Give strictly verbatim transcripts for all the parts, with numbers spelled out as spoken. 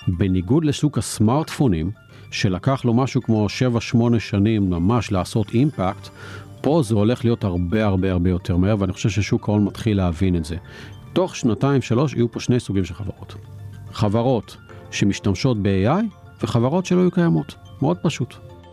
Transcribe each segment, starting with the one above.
בניגוד לשוק הסמארטפונים, שלקח לו משהו כמו שבע שמונה שנים ממש לעשות אימפקט, פה זה הולך להיות הרבה הרבה הרבה יותר מהר, ואני חושב ששוק ההון מתחיל להבין את זה. תוך שנתיים שלוש יהיו פה שני סוגים של חברות. חברות שמשתמשות ב-איי איי, וחברות שלא יהיו קיימות. מאוד פשוט.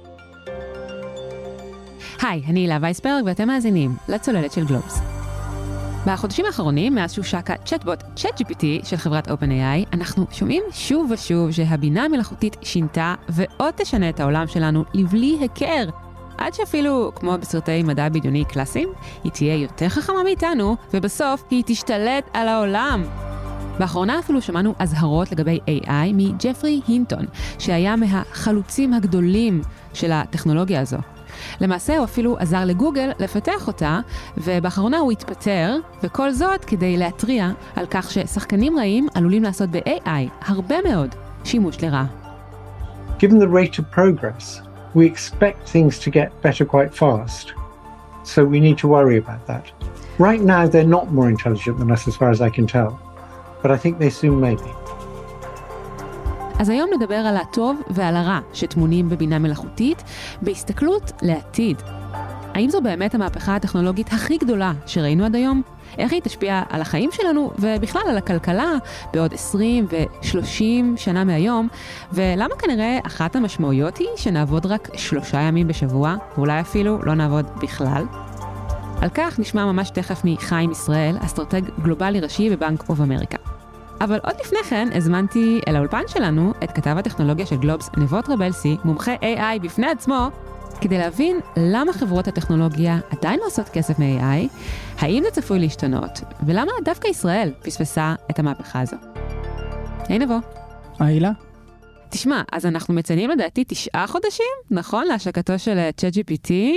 היי, אני הילה וייסברג, ואתם מאזינים לצוללת של גלובס. בחודשים האחרונים, מאז שהושק הצ'טבוט צ'אט ג'י פי טי של חברת OpenAI, אנחנו שומעים שוב ושוב שהבינה המלאכותית שינתה ועוד תשנה את העולם שלנו לבלי הכר. עד שאפילו, כמו בסרטי מדע בדיוני קלאסיים, היא תהיה יותר חכמה מאיתנו, ובסוף היא תשתלט על העולם. באחרונה אפילו שמענו הזהרות לגבי איי איי מג'פרי הינטון, שהיה מהחלוצים הגדולים של הטכנולוגיה הזו. למעשה הוא אפילו עזר לגוגל לפתח אותה, ובאחרונה הוא התפטר, וכל זאת כדי להטריע על כך ששחקנים רעים עלולים לעשות ב-איי איי הרבה מאוד שימוש לרעה. Given the rate of progress, we expect things to get better quite fast. So we need to worry about that. Right now they're not more intelligent than us as far as I can tell, but I think they soon may be. אז היום נדבר על הטוב ועל הרע שטמונים בבינה מלאכותית, בהסתכלות לעתיד. האם זו באמת המהפכה הטכנולוגית הכי גדולה שראינו עד היום? איך היא תשפיע על החיים שלנו ובכלל על הכלכלה בעוד עשרים ו-שלושים שנה מהיום? ולמה כנראה אחת המשמעויות היא שנעבוד רק שלושה ימים בשבוע, ואולי אפילו לא נעבוד בכלל? על כך נשמע ממש תכף מחיים ישראל, אסטרטג גלובלי ראשי בבנק אוף אמריקה. אבל עוד לפני כן הזמנתי אל האולפן שלנו את כתב הטכנולוגיה של גלובס נבות רבלסי, מומחה איי איי בפני עצמו, כדי להבין למה חברות הטכנולוגיה עדיין לא עושות כסף מ-איי איי, האם זה צפוי להשתנות, ולמה דווקא ישראל פספסה את המהפכה הזו. היי נבו. הילה. תשמע, אז אנחנו מציינים לדעתי תשעה חודשים, נכון? להשקתו של צ'אט ג'י פי טי,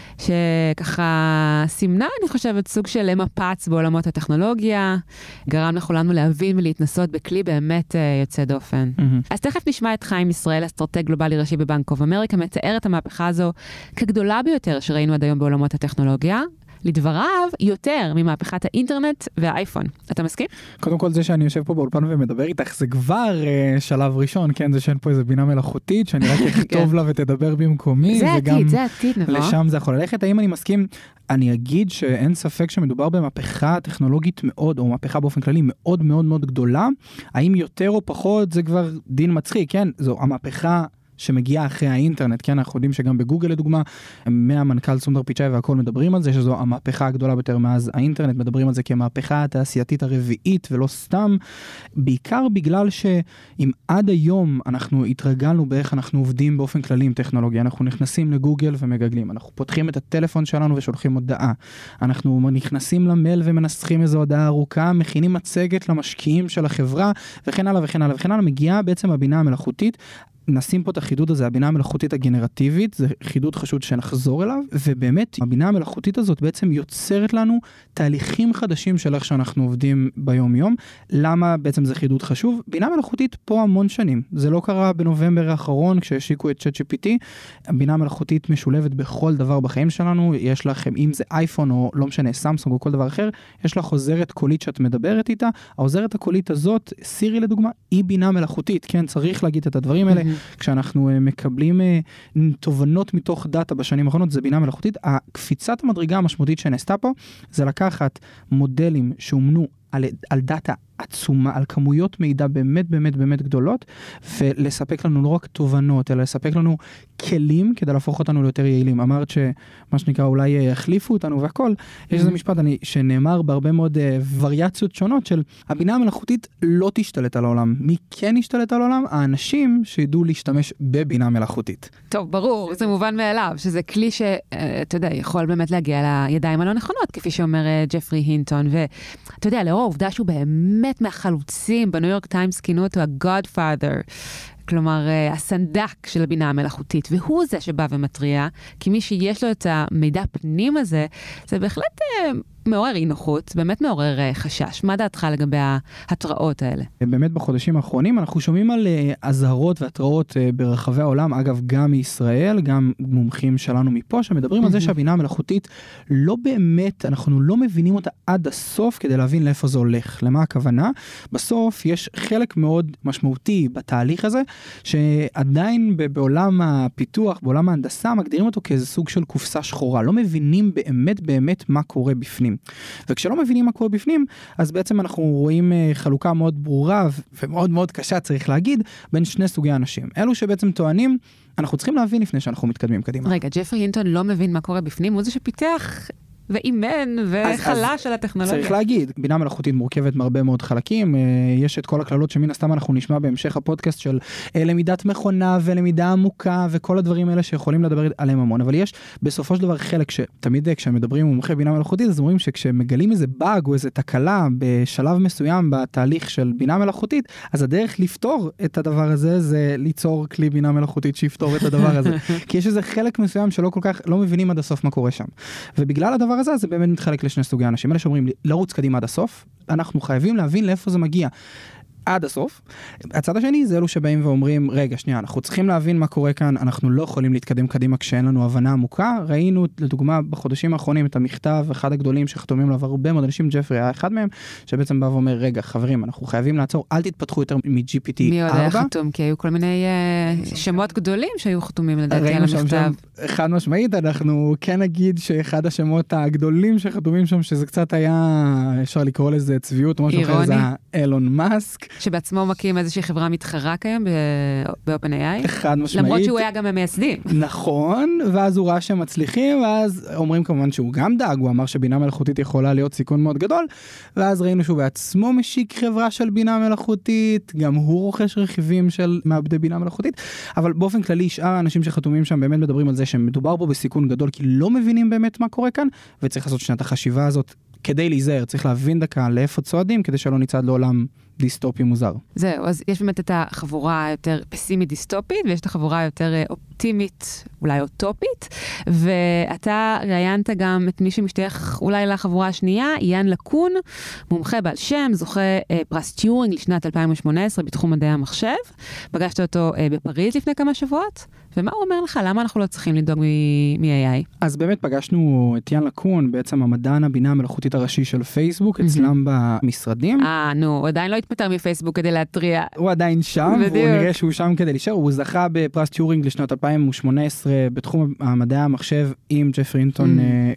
שככה סימנה, אני חושבת, סוג של מפץ בעולמות הטכנולוגיה, גרם לכולנו להבין ולהתנסות בכלי באמת יוצא דופן. Mm-hmm. אז תכף נשמע את חיים ישראל, אסטרטג גלובלי ראשי בבנק אוף אמריקה, מתאר את המהפכה הזו כגדולה ביותר שראינו עד היום בעולמות הטכנולוגיה, לדבריו יותר ממהפכת האינטרנט והאייפון. אתה מסכים? קודם כל זה שאני יושב פה באולפן ומדבר איתך, זה כבר uh, שלב ראשון, כן? זה שאין פה איזה בינה מלאכותית, שאני רק אכתוב לה ותדבר במקומי. זה עתיד, זה עתיד, נבוא. לשם זה יכול ללכת. האם אני מסכים? אני אגיד שאין ספק שמדובר במהפכה טכנולוגית מאוד, או מהפכה באופן כללי מאוד מאוד מאוד גדולה. האם יותר או פחות זה כבר דין מצחיק, כן? זו המהפכה שמגיעה אחרי האינטרנט, כן, אנחנו יודעים שגם בגוגל לדוגמה, מהמנכ"ל סונדר פיצ'אי והכל מדברים על זה, שזו המהפכה הגדולה ביותר מאז האינטרנט, מדברים על זה כמהפכה התעשייתית הרביעית, ולא סתם, בעיקר בגלל שאם עד היום אנחנו התרגלנו באיך אנחנו עובדים באופן כללי עם טכנולוגיה, אנחנו נכנסים לגוגל ומגגלים, אנחנו פותחים את הטלפון שלנו ושולחים הודעה, אנחנו נכנסים למייל ומנסחים איזו הודעה ארוכה, מכינים מצגת למשקיעים של החברה, וכן הלאה וכן הלאה וכן הלאה, מגיעה בעצם הבינה המלאכותית, נשים פה את החידוד הזה, הבינה המלאכותית הגנרטיבית, זה חידוד חשוב שנחזור אליו, ובאמת הבינה המלאכותית הזאת בעצם יוצרת לנו תהליכים חדשים של איך שאנחנו עובדים ביום יום. למה בעצם זה חידוד חשוב? בינה מלאכותית פה המון שנים, זה לא קרה בנובמבר האחרון כשהשיקו את צ'אט ג'י פי טי, הבינה מלאכותית משולבת בכל דבר בחיים שלנו, יש לכם, אם זה אייפון או לא משנה, סמסונג או כל דבר אחר, יש לך עוזרת קולית שאת מדברת איתה, העוזרת הקולית הזאת, סירי לדוגמה, היא בינה מלאכותית, כן, צריך להגיד את הדברים האלה, כשאנחנו מקבלים תובנות מתוך דאטה בשנים האחרונות, זה בינה מלאכותית. הקפיצת המדרגה המשמעותית שנעשתה פה, זה לקחת מודלים שאומנו על, על דאטה עצומה, על כמויות מידע באמת באמת באמת גדולות, ולספק לנו לא רק תובנות, אלא לספק לנו כלים כדי להפוך אותנו ליותר יעילים. אמרת שמה שנקרא אולי יחליפו אותנו והכל, יש איזה משפט אני, שנאמר בהרבה מאוד uh, וריאציות שונות של הבינה המלאכותית לא תשתלט על העולם. מי כן ישתלט על העולם? האנשים שידעו להשתמש בבינה מלאכותית. טוב, ברור, זה מובן מאליו, שזה כלי שאתה יודע, יכול באמת להגיע לידיים הלא נכונות, כפי שאומר ג'פרי הינטון, ואתה יודע, לאור העובדה שהוא באמת מהחלוצים, בניו יורק טיימס כינו אותו ה-Godfather, כלומר, הסנדק של הבינה המלאכותית, והוא זה שבא ומטריע, כי מי שיש לו את המידע פנים הזה, זה בהחלט מעורר אי נוחות, באמת מעורר חשש. מה דעתך לגבי ההתראות האלה? באמת בחודשים האחרונים אנחנו שומעים על אזהרות והתראות ברחבי העולם, אגב גם מישראל, גם מומחים שלנו מפה, שמדברים על זה שהבינה המלאכותית לא באמת, אנחנו לא מבינים אותה עד הסוף כדי להבין לאיפה זה הולך. למה הכוונה? בסוף יש חלק מאוד משמעותי בתהליך הזה, שעדיין בעולם הפיתוח, בעולם ההנדסה, מגדירים אותו כאיזה סוג של קופסה שחורה. לא מבינים באמת באמת מה קורה בפנים. וכשלא מבינים מה קורה בפנים, אז בעצם אנחנו רואים חלוקה מאוד ברורה ומאוד מאוד קשה, צריך להגיד, בין שני סוגי אנשים. אלו שבעצם טוענים, אנחנו צריכים להבין לפני שאנחנו מתקדמים קדימה. רגע, ג'פרי הינטון לא מבין מה קורה בפנים, הוא זה שפיתח ואימן וחלש על הטכנולוגיה. צריך להגיד, בינה מלאכותית מורכבת מהרבה מאוד חלקים, יש את כל הכללות שמן הסתם אנחנו נשמע בהמשך הפודקאסט של למידת מכונה ולמידה עמוקה וכל הדברים האלה שיכולים לדבר עליהם המון, אבל יש בסופו של דבר חלק שתמיד כשמדברים עם מומחי בינה מלאכותית, אז אומרים שכשמגלים איזה באג או איזה תקלה בשלב מסוים בתהליך של בינה מלאכותית, אז הדרך לפתור את הדבר הזה זה ליצור כלי בינה מלאכותית שיפתור את הדבר הזה. כי יש איזה חלק מסוים שלא כל כך לא מבינים עד הסוף מה קורה שם. ובגלל הדבר הזה, זה באמת מתחלק לשני סוגי אנשים. אלה שאומרים לרוץ קדימה עד הסוף, אנחנו חייבים להבין לאיפה זה מגיע. עד הסוף. הצד השני זה אלו שבאים ואומרים, רגע, שנייה, אנחנו צריכים להבין מה קורה כאן, אנחנו לא יכולים להתקדם קדימה כשאין לנו הבנה עמוקה. ראינו, לדוגמה, בחודשים האחרונים את המכתב, אחד הגדולים שחתומים עליו הרבה מאוד אנשים, ג'פרי היה אחד מהם, שבעצם בא ואומר, רגע, חברים, אנחנו חייבים לעצור, אל תתפתחו יותר מ-ג'י פי טי ארבע. מי עוד היה חתום? כי היו כל מיני שמות גדולים שהיו חתומים לדעתי על המכתב. אחד משמעית, אנחנו כן נגיד שאחד השמות הגדולים שחתומים שם, שזה קצת היה, אפשר לקרוא לזה צביעות, או משהו אחר, זה אילון מאסק. שבעצמו מקים איזושהי חברה מתחרה כיום ב-Open איי איי. אחד משמעית. למרות שהוא היה גם המייסדים. נכון, ואז הוא ראה שהם מצליחים, ואז אומרים כמובן שהוא גם דאג, הוא אמר שבינה מלאכותית יכולה להיות סיכון מאוד גדול, ואז ראינו שהוא בעצמו משיק חברה של בינה מלאכותית, גם הוא רוכש רכיבים של מעבדי בינה מלאכותית, אבל באופן כללי, שאר האנשים שחתומים שם באמת מדברים על זה שמדובר בו בסיכון גדול, כי לא מבינים באמת מה קורה כאן, וצריך לעשות שנת החשיבה הזאת כדי להיזהר, צריך להבין דקה לאיפה צועדים, כדי שלא נצעד לעולם דיסטופי מוזר. זהו, אז יש באמת את החבורה היותר פסימית דיסטופית, ויש את החבורה היותר אופטימית, אולי אוטופית, ואתה ראיינת גם את מי שמשתייך אולי לחבורה השנייה, יאן לקון, מומחה בעל שם, זוכה פרס טיורינג לשנת אלפיים ושמונה עשרה בתחום מדעי המחשב, פגשת אותו בפריז לפני כמה שבועות, ומה הוא אומר לך? למה אנחנו לא צריכים לדאוג מ-איי איי? אז באמת פגשנו את יאן לקון, בעצם המדען הבינה המלאכותית הראשי של פייסבוק, אצלם במשרדים. אה, נו, הוא עדיין לא התפטר מפייסבוק כדי להטריע. הוא עדיין שם, והוא נראה שהוא שם כדי להישאר. הוא זכה בפרס טיורינג לשנת אלפיים ושמונה עשרה בתחום המדעי המחשב עם ג'פרי הינטון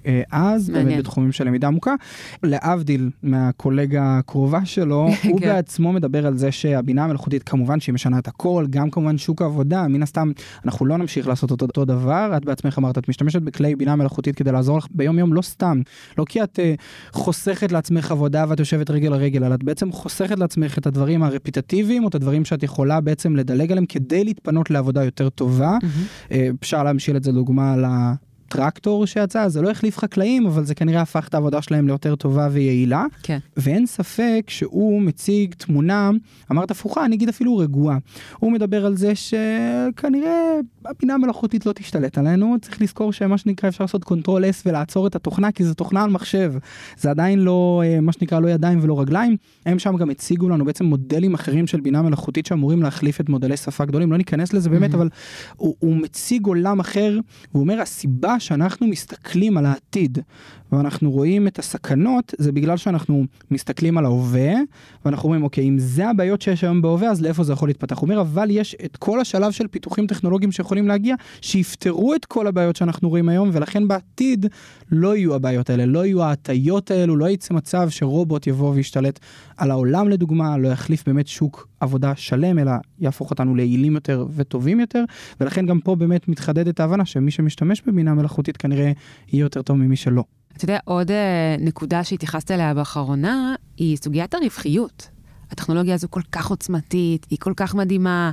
אז, באמת בתחומים של למידה עמוקה. להבדיל מהקולגה הקרובה שלו, הוא בעצמו מדבר על זה שהבינה המלאכותית כמובן שהיא משנה את הכל, גם כמובן שוק העבודה, מן הסתם אנחנו לא נמשיך לעשות אותו, אותו דבר. את בעצמך אמרת, את משתמשת בכלי בינה מלאכותית כדי לעזור לך ביום יום, לא סתם. לא כי את uh, חוסכת לעצמך עבודה ואת יושבת רגל לרגל, אלא את בעצם חוסכת לעצמך את הדברים הרפיטטיביים, או את הדברים שאת יכולה בעצם לדלג עליהם כדי להתפנות לעבודה יותר טובה. Mm-hmm. Uh, אפשר להמשיל את זה דוגמה על ה... טרקטור שיצא, זה לא החליף חקלאים, אבל זה כנראה הפך את העבודה שלהם ליותר טובה ויעילה. כן. ואין ספק שהוא מציג תמונה, אמרת הפוכה, אני אגיד אפילו רגועה. הוא מדבר על זה שכנראה הבינה המלאכותית לא תשתלט עלינו, צריך לזכור שמה שנקרא אפשר לעשות קונטרול אס ולעצור את התוכנה, כי זה תוכנה על מחשב. זה עדיין לא, מה שנקרא, לא ידיים ולא רגליים. הם שם גם הציגו לנו בעצם מודלים אחרים של בינה מלאכותית שאמורים להחליף את מודלי שפה גדולים. לא ניכנס לזה באמת, mm-hmm. אבל הוא, הוא מציג עולם אחר, והוא אומר, הסיבה שאנחנו מסתכלים על העתיד, ואנחנו רואים את הסכנות, זה בגלל שאנחנו מסתכלים על ההווה, ואנחנו אומרים, אוקיי, אם זה הבעיות שיש היום בהווה, אז לאיפה זה יכול להתפתח? הוא אומר, אבל יש את כל השלב של פיתוחים טכנולוגיים שיכולים להגיע, שיפתרו את כל הבעיות שאנחנו רואים היום, ולכן בעתיד לא יהיו הבעיות האלה, לא יהיו ההטיות האלו, לא יצא מצב שרובוט יבוא וישתלט על העולם לדוגמה, לא יחליף באמת שוק עבודה שלם, אלא יהפוך אותנו ליעילים יותר וטובים יותר, ולכן גם פה באמת מתחדדת ההבנה שמי שמשתמש בבינה מלאכותית כנראה יהיה יותר טוב ממי שלא. אתה יודע, עוד נקודה שהתייחסת אליה באחרונה, היא סוגיית הרווחיות. הטכנולוגיה הזו כל כך עוצמתית, היא כל כך מדהימה,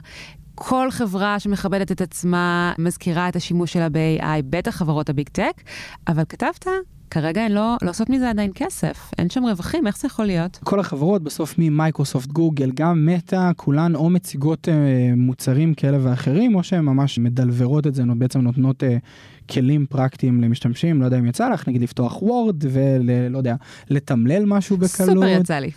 כל חברה שמכבדת את עצמה מזכירה את השימוש שלה ב-איי איי, בטח חברות הביג טק, אבל כתבת, כרגע הן לא, לא עושות מזה עדיין כסף, אין שם רווחים, איך זה יכול להיות? כל החברות בסוף ממייקרוסופט, גוגל, גם מטא, כולן או מציגות אה, מוצרים כאלה ואחרים, או שהן ממש מדלברות את זה, בעצם נותנות אה, כלים פרקטיים למשתמשים, לא יודע אם יצא לך, נגיד לפתוח וורד ולא יודע, לתמלל משהו בקלות. סופר יצא לי.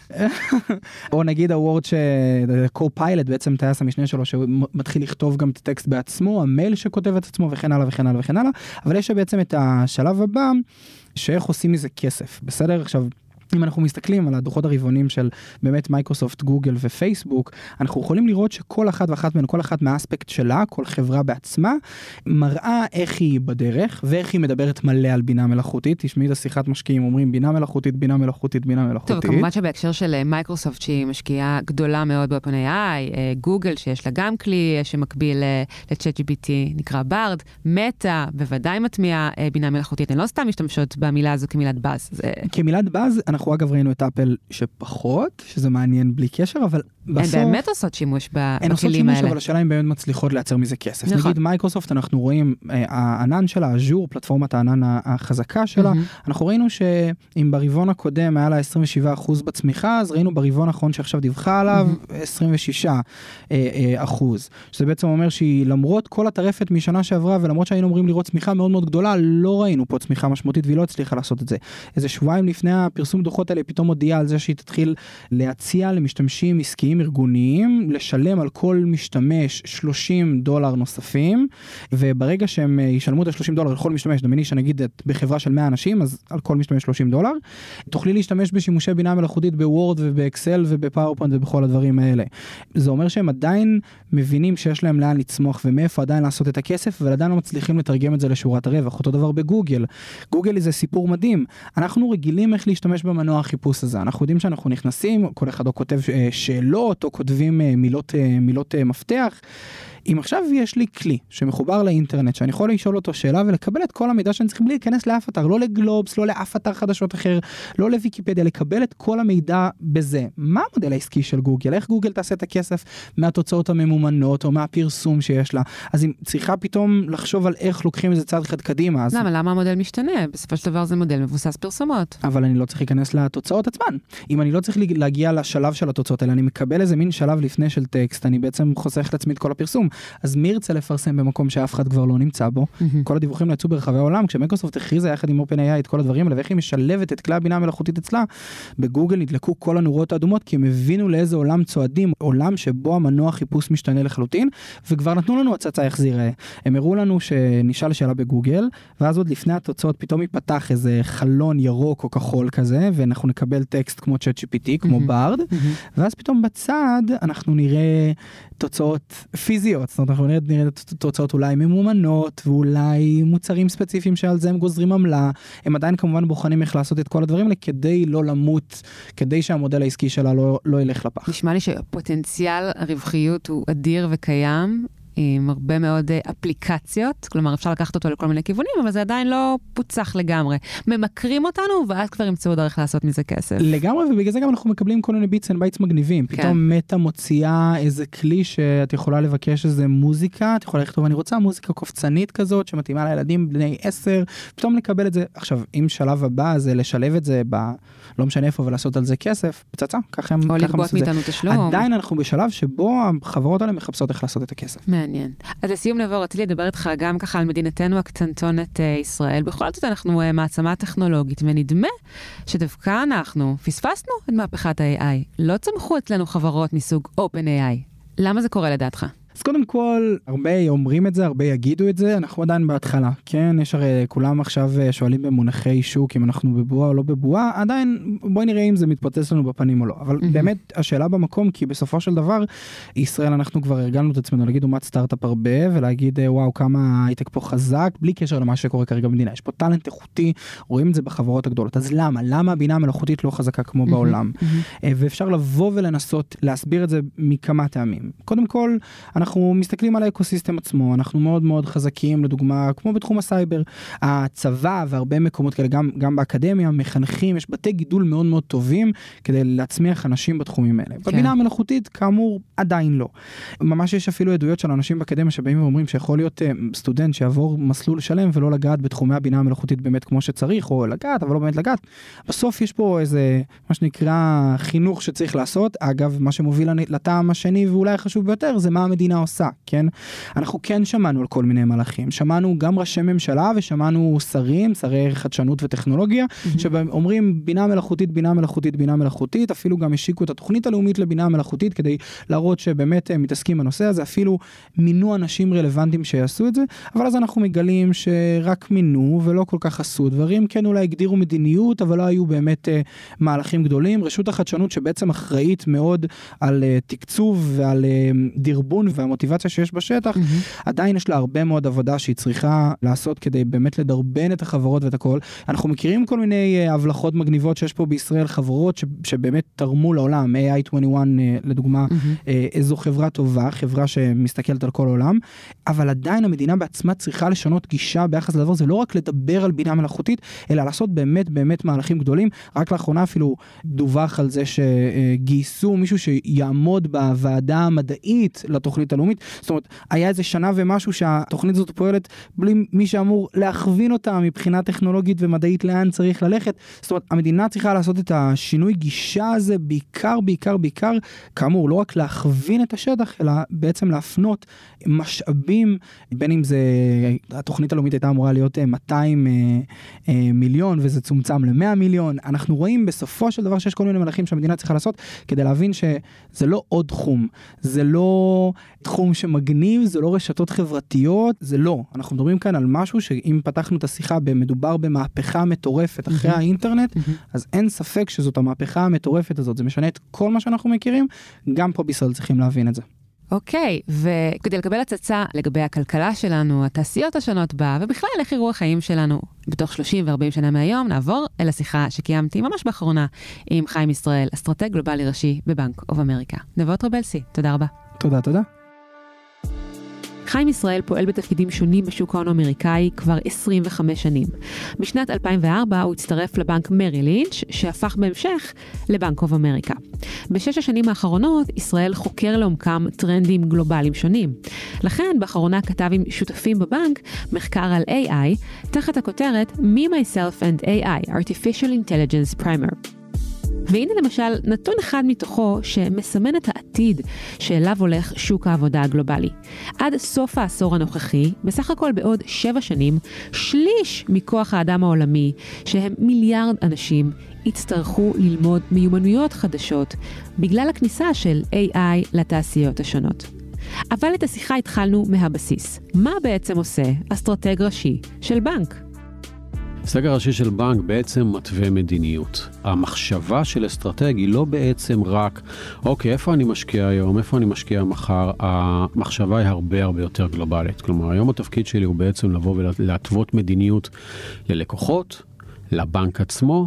או נגיד הוורד ש-co-pilot בעצם טייס המשנה שלו, שמתחיל לכתוב גם את הטקסט בעצמו, המייל שכותב את עצמו וכן הלאה וכן הלאה וכן הלאה, אבל יש בעצם את השלב הבא, שאיך עושים מזה כסף, בסדר? עכשיו, אם אנחנו מסתכלים על הדוחות הרבעונים של באמת מייקרוסופט, גוגל ופייסבוק, אנחנו יכולים לראות שכל אחת ואחת מן, כל אחת מהאספקט שלה, כל חברה בעצמה, מראה איך היא בדרך, ואיך היא מדברת מלא על בינה מלאכותית. תשמעי את השיחת משקיעים, אומרים בינה מלאכותית, בינה מלאכותית, בינה מלאכותית. טוב, כמובן שבהקשר של מייקרוסופט, שהיא משקיעה גדולה מאוד ב-OpenAI, גוגל שיש לה גם כלי שמקביל ל-צ'אט ג'י פי טי, נקרא בארד, מטא, בוודאי מטמיעה בינה מלאכותית. הן לא סתם משתמשות במילה הזו כמילת באז. כמילת באז, אנחנו אגב ראינו את אפל שפחות, שזה מעניין בלי קשר, אבל בסוף... הן באמת עושות שימוש בכלים האלה. הן עושות שימוש, אבל השאלה אם באמת מצליחות לייצר מזה כסף. נכון. נגיד מייקרוסופט, אנחנו רואים, הענן שלה, אז'ור, פלטפורמת הענן החזקה שלה, mm-hmm. אנחנו ראינו שאם ברבעון הקודם היה לה עשרים ושבעה אחוז בצמיחה, אז ראינו ברבעון האחרון שעכשיו דיווחה עליו, mm-hmm. עשרים ושישה אחוז. שזה בעצם אומר שהיא, למרות כל הטרפת משנה שעברה, ולמרות שהיינו אומרים לראות צמיחה מאוד מאוד גדולה, לא ראינו פה צמיחה משמעותית, והיא לא הצליחה לעשות את זה. איזה שבועיים לפני הפרסום דוחות האלה, פתאום הודיעה על זה שהיא תתחיל להציע למשתמשים עסקיים ארגוניים, לשלם על כל משתמש שלושים דולר נוספים, וברגע שהם ישלמו את ה-שלושים דולר לכל משתמש, דמייני שנגיד בחברה של מאה אנשים, אז על כל משתמש שלושים דולר, תוכלי להשתמש בשימושי בינה מלאכותית בוורד ובאקסל ובפאורפוינט ובכל הדברים האלה. זה אומר שהם עדיין מבינים שיש להם לאן לצמוח ומאיפה עדיין לעשות את הכסף, אבל עדיין לא מצליחים לתרגם את זה לשורת הרווח. אותו דבר בגוגל. גוגל זה סיפור מדהים. אנחנו רגילים איך להשתמש במנוע החיפוש הזה. אנחנו יודעים שאנחנו נכנסים, כל אחד או כותב שאלות, או כותבים מילות, מילות מפתח. אם עכשיו יש לי כלי שמחובר לאינטרנט, שאני יכול לשאול אותו שאלה ולקבל את כל המידע שאני צריכים להיכנס לאף אתר, לא לגלובס, לא לאף אתר חדשות אחר, לא לוויקיפדיה, לקבל את כל המידע בזה. מה המודל העסקי של גוגל? איך גוגל תעשה את הכסף מהתוצאות הממומנות או מהפרסום שיש לה? אז אם צריכה פתאום לחשוב על איך לוקחים איזה צעד אחד קדימה. אז... למה? למה המודל משתנה? בסופו של דבר זה מודל מבוסס פרסומות. אבל אני לא צריך להיכנס לתוצאות עצמן. אם אני לא צריך להגיע לשלב של התוצאות האלה, אני מקבל איזה מין שלב לפני של טקסט, אני בעצם חוסך לעצמי את כל הפרסום. אז מי ירצה לפרסם במקום שאף אחד כבר לא נמצא בו? Mm-hmm. כל הדיווחים יצאו ברחבי העולם, כשמייקרוסופט הכריזה יחד עם OpenAI את כל הדברים האלה, ואיך היא משלבת את כלי הבינה המלאכותית אצלה, בגוגל נדלקו כל הנורות האדומות, כי הם הבינו לאיזה עולם צועדים, עולם שבו המנוע חיפוש משתנה לחלוטין, וכבר נתנו לנו הצצה איך זה ייראה. הם הראו לנו שנשאל שאלה בגוגל, ואז עוד לפני התוצאות פתאום ייפתח איזה חלון ירוק או כחול כזה, ואנחנו נקבל טקסט כמו צ'אט ג'י פי טי, כמו בארד, mm-hmm. ואז פתאום בצד אנחנו נראה תוצאות פיזיות, זאת אומרת, אנחנו נראה, נראה תוצאות אולי ממומנות, ואולי מוצרים ספציפיים שעל זה הם גוזרים עמלה, הם עדיין כמובן בוחנים איך לעשות את כל הדברים האלה, כדי לא למות, כדי שהמודל העסקי שלה לא, לא ילך לפח. נשמע לי שפוטנציאל הרווחיות הוא אדיר וקיים, עם הרבה מאוד אפליקציות, כלומר אפשר לקחת אותו לכל מיני כיוונים, אבל זה עדיין לא פוצח לגמרי. ממכרים אותנו, ואז כבר ימצאו דרך לעשות מזה כסף. לגמרי, ובגלל זה גם אנחנו מקבלים כל מיני ביטס אנד בייטס מגניבים. כן. פתאום מטה מוציאה איזה כלי שאת יכולה לבקש איזה מוזיקה, את יכולה לכתוב, אני רוצה מוזיקה קופצנית כזאת, שמתאימה לילדים בני עשר, פתאום לקבל את זה. עכשיו, אם שלב הבא זה לשלב את זה ב... לא משנה איפה, ולעשות על זה כסף, פצצה, ככה הם... או לגבות מאיתנו תשלום. עדיין אנחנו בשלב שבו החברות האלה מחפשות איך לעשות את הכסף. מעניין. אז לסיום נעבור, רציתי לדבר איתך גם ככה על מדינתנו הקטנטונת ישראל. בכל זאת אנחנו מעצמה טכנולוגית, ונדמה שדווקא אנחנו פספסנו את מהפכת ה-איי איי. לא צמחו אצלנו חברות מסוג OpenAI. למה זה קורה לדעתך? אז קודם כל, הרבה אומרים את זה, הרבה יגידו את זה, אנחנו עדיין בהתחלה. כן, יש הרי כולם עכשיו שואלים במונחי שוק, אם אנחנו בבועה או לא בבועה, עדיין בואי נראה אם זה מתפוצץ לנו בפנים או לא. אבל mm-hmm. באמת השאלה במקום, כי בסופו של דבר, ישראל אנחנו כבר הרגלנו את עצמנו להגיד אומת סטארט-אפ הרבה, ולהגיד וואו כמה הייטק פה חזק, בלי קשר למה שקורה כרגע במדינה. יש פה טלנט איכותי, רואים את זה בחברות הגדולות. אז למה? למה הבינה המלאכותית לא חזקה כמו mm-hmm. בעולם? Mm-hmm. ואפשר לבוא ולנסות להסביר את זה מכמה טעמים. קודם כל, אנחנו מסתכלים על האקוסיסטם עצמו, אנחנו מאוד מאוד חזקים, לדוגמה, כמו בתחום הסייבר, הצבא והרבה מקומות כאלה, גם, גם באקדמיה, מחנכים, יש בתי גידול מאוד מאוד טובים, כדי להצמיח אנשים בתחומים האלה. כן. בבינה המלאכותית, כאמור, עדיין לא. ממש יש אפילו עדויות של אנשים באקדמיה, שבאים ואומרים שיכול להיות uh, סטודנט שיעבור מסלול שלם, ולא לגעת בתחומי הבינה המלאכותית באמת כמו שצריך, או לגעת, אבל לא באמת לגעת. בסוף יש פה איזה, מה שנקרא, חינוך שצריך לעשות. אגב, מה שמוביל לטעם השני, ואולי חשוב ביותר, זה מה המדינה המדינה עושה, כן? אנחנו כן שמענו על כל מיני מהלכים, שמענו גם ראשי ממשלה ושמענו שרים, שרי חדשנות וטכנולוגיה, mm-hmm. שאומרים בינה מלאכותית, בינה מלאכותית, בינה מלאכותית, אפילו גם השיקו את התוכנית הלאומית לבינה מלאכותית, כדי להראות שבאמת מתעסקים בנושא הזה, אפילו מינו אנשים רלוונטיים שיעשו את זה, אבל אז אנחנו מגלים שרק מינו ולא כל כך עשו דברים, כן אולי הגדירו מדיניות, אבל לא היו באמת uh, מהלכים גדולים. רשות החדשנות שבעצם אחראית מאוד על uh, תקצוב ועל uh, דרבון והמוטיבציה שיש בשטח, mm-hmm. עדיין יש לה הרבה מאוד עבודה שהיא צריכה לעשות כדי באמת לדרבן את החברות ואת הכל. אנחנו מכירים כל מיני uh, הבלחות מגניבות שיש פה בישראל, חברות ש- שבאמת תרמו לעולם, איי איי עשרים ואחת uh, לדוגמה, mm-hmm. uh, איזו חברה טובה, חברה שמסתכלת על כל העולם, אבל עדיין המדינה בעצמה צריכה לשנות גישה ביחס לדבר, זה לא רק לדבר על בינה מלאכותית, אלא לעשות באמת באמת מהלכים גדולים. רק לאחרונה אפילו דווח על זה שגייסו מישהו שיעמוד בוועדה המדעית לתוכנית הלאומית, זאת אומרת, היה איזה שנה ומשהו שהתוכנית הזאת פועלת בלי מי שאמור להכווין אותה מבחינה טכנולוגית ומדעית לאן צריך ללכת. זאת אומרת, המדינה צריכה לעשות את השינוי גישה הזה בעיקר, בעיקר, בעיקר, כאמור, לא רק להכווין את השטח, אלא בעצם להפנות משאבים, בין אם זה, התוכנית הלאומית הייתה אמורה להיות מאתיים מיליון, וזה צומצם ל-מאה מיליון. אנחנו רואים בסופו של דבר שיש כל מיני מהלכים שהמדינה צריכה לעשות, כדי להבין שזה לא עוד תחום, זה לא תחום שמגניב, זה לא רשתות חברתיות, זה לא. אנחנו מדברים כאן על משהו שאם פתחנו את השיחה במדובר במהפכה מטורפת אחרי mm-hmm. האינטרנט, mm-hmm. אז אין ספק שזאת המהפכה המטורפת הזאת, זה משנה את כל מה שאנחנו מכירים, גם פה בישראל צריכים להבין את זה. אוקיי, וכדי לקבל הצצה לגבי הכלכלה שלנו, התעשיות השונות בה, ובכלל איך יראו החיים שלנו בתוך שלושים וארבעים שנה מהיום, נעבור אל השיחה שקיימתי ממש באחרונה עם חיים ישראל, אסטרטג גלובלי ראשי בבנק אוף אמריקה. נבות טרבלסי, תודה רבה. תודה, תודה. חיים ישראל פועל בתפקידים שונים בשוק ההון האמריקאי כבר עשרים וחמש שנים. בשנת אלפיים וארבע הוא הצטרף לבנק מרי לינץ' שהפך בהמשך לבנק אוף אמריקה. בשש השנים האחרונות ישראל חוקר לעומקם טרנדים גלובליים שונים. לכן באחרונה כתב עם שותפים בבנק מחקר על איי איי תחת הכותרת Me, Myself and איי איי, Artificial Intelligence Primer. והנה למשל נתון אחד מתוכו שמסמן את העתיד שאליו הולך שוק העבודה הגלובלי. עד סוף העשור הנוכחי, בסך הכל בעוד שבע שנים, שליש מכוח האדם העולמי, שהם מיליארד אנשים, יצטרכו ללמוד מיומנויות חדשות בגלל הכניסה של איי איי לתעשיות השונות. אבל את השיחה התחלנו מהבסיס. מה בעצם עושה אסטרטג ראשי של בנק? אסטרטג ראשי של בנק בעצם מתווה מדיניות. המחשבה של אסטרטג היא לא בעצם רק, אוקיי, איפה אני משקיע היום, איפה אני משקיע מחר, המחשבה היא הרבה הרבה יותר גלובלית. כלומר, היום התפקיד שלי הוא בעצם לבוא ולהתוות מדיניות ללקוחות, לבנק עצמו,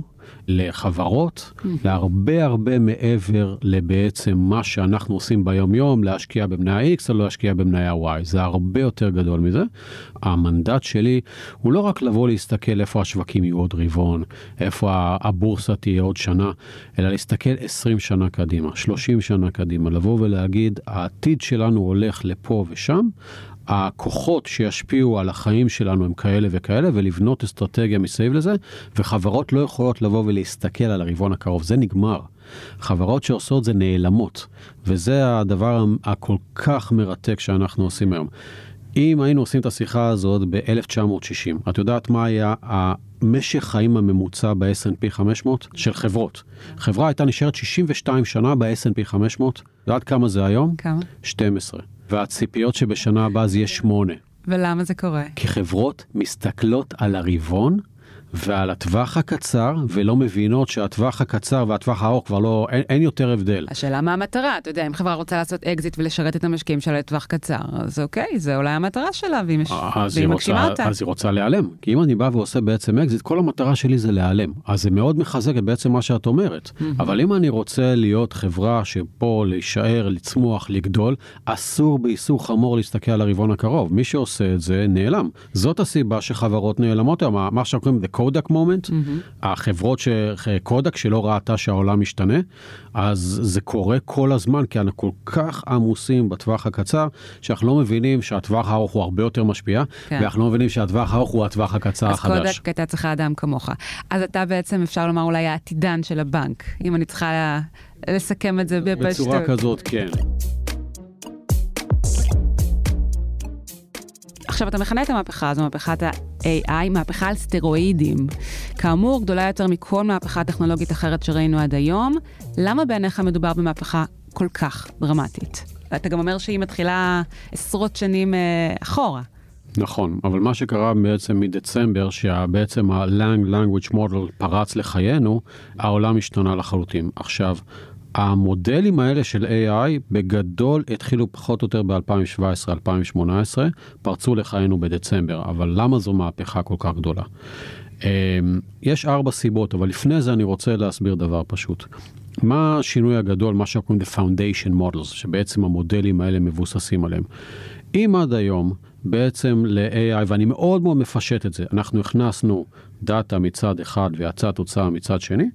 לחברות, mm-hmm. להרבה הרבה מעבר לבעצם מה שאנחנו עושים ביום יום, להשקיע במניה X או להשקיע במניה Y. זה הרבה יותר גדול מזה. המנדט שלי הוא לא רק לבוא להסתכל איפה השווקים יהיו עוד רבעון, איפה הבורסה תהיה עוד שנה, אלא להסתכל עשרים שנה קדימה, שלושים שנה קדימה, לבוא ולהגיד, העתיד שלנו הולך לפה ושם, הכוחות שישפיעו על החיים שלנו הם כאלה וכאלה, ולבנות אסטרטגיה מסביב לזה, וחברות לא יכולות לבוא ולהסתכל על הרבעון הקרוב, זה נגמר. חברות שעושות זה נעלמות, וזה הדבר הכל כך מרתק שאנחנו עושים היום. אם היינו עושים את השיחה הזאת ב-אלף תשע מאות שישים, את יודעת מה היה המשך חיים הממוצע ב-אס אנד פי חמש מאות של חברות? חברה הייתה נשארת שישים ושתיים שנה ב-אס אנד פי חמש מאות, יודעת כמה זה היום? כמה? שתים עשרה. והציפיות שבשנה הבאה זה יהיה שמונה. ולמה זה קורה? כי חברות מסתכלות על הרבעון ועל הטווח הקצר, ולא מבינות שהטווח הקצר והטווח הארוך כבר לא, אין, אין יותר הבדל. השאלה מה המטרה? אתה יודע, אם חברה רוצה לעשות אקזיט ולשרת את המשקיעים שלה לטווח קצר, אז אוקיי, זה אולי המטרה שלה, והיא, מש... והיא מגשימה אותה. אז היא רוצה להיעלם. כי אם אני בא ועושה בעצם אקזיט, כל המטרה שלי זה להיעלם. אז זה מאוד מחזק את בעצם מה שאת אומרת. Mm-hmm. אבל אם אני רוצה להיות חברה שפה להישאר, לצמוח, לגדול, אסור באיסור חמור להסתכל על הרבעון הקרוב. מי שעושה את זה נעלם. זאת הסיבה שחברות נעלמות. מה שקוראים the Kodak moment, mm-hmm. החברות שקודק שלא ראתה שהעולם משתנה, אז זה קורה כל הזמן, כי אנחנו כל כך עמוסים בטווח הקצר, שאנחנו לא מבינים שהטווח הארוך הוא הרבה יותר משפיע, כן. ואנחנו לא מבינים שהטווח הארוך הוא הטווח הקצר אז החדש. אז קודק הייתה צריכה אדם כמוך. אז אתה בעצם אפשר לומר אולי העתידן של הבנק, אם אני צריכה לסכם את זה בפשטות. בצורה כזאת, כן. עכשיו, אתה מכנה את המהפכה הזו, מהפכת ה-איי איי, מהפכה על סטרואידים. כאמור, גדולה יותר מכל מהפכה טכנולוגית אחרת שראינו עד היום. למה בעיניך מדובר במהפכה כל כך דרמטית? אתה גם אומר שהיא מתחילה עשרות שנים אה, אחורה. נכון, אבל מה שקרה בעצם מדצמבר, שבעצם ה-Lang Language Model פרץ לחיינו, העולם השתנה לחלוטין. עכשיו, המודלים האלה של איי איי בגדול התחילו פחות או יותר ב-אלפיים שבע עשרה אלפיים שמונה עשרה, פרצו לחיינו בדצמבר, אבל למה זו מהפכה כל כך גדולה? יש ארבע סיבות, אבל לפני זה אני רוצה להסביר דבר פשוט. מה השינוי הגדול, מה שקוראים The Foundation Models, שבעצם המודלים האלה מבוססים עליהם? אם עד היום בעצם ל-איי איי, ואני מאוד מאוד מפשט את זה, אנחנו הכנסנו דאטה מצד אחד ויצא תוצאה מצד שני,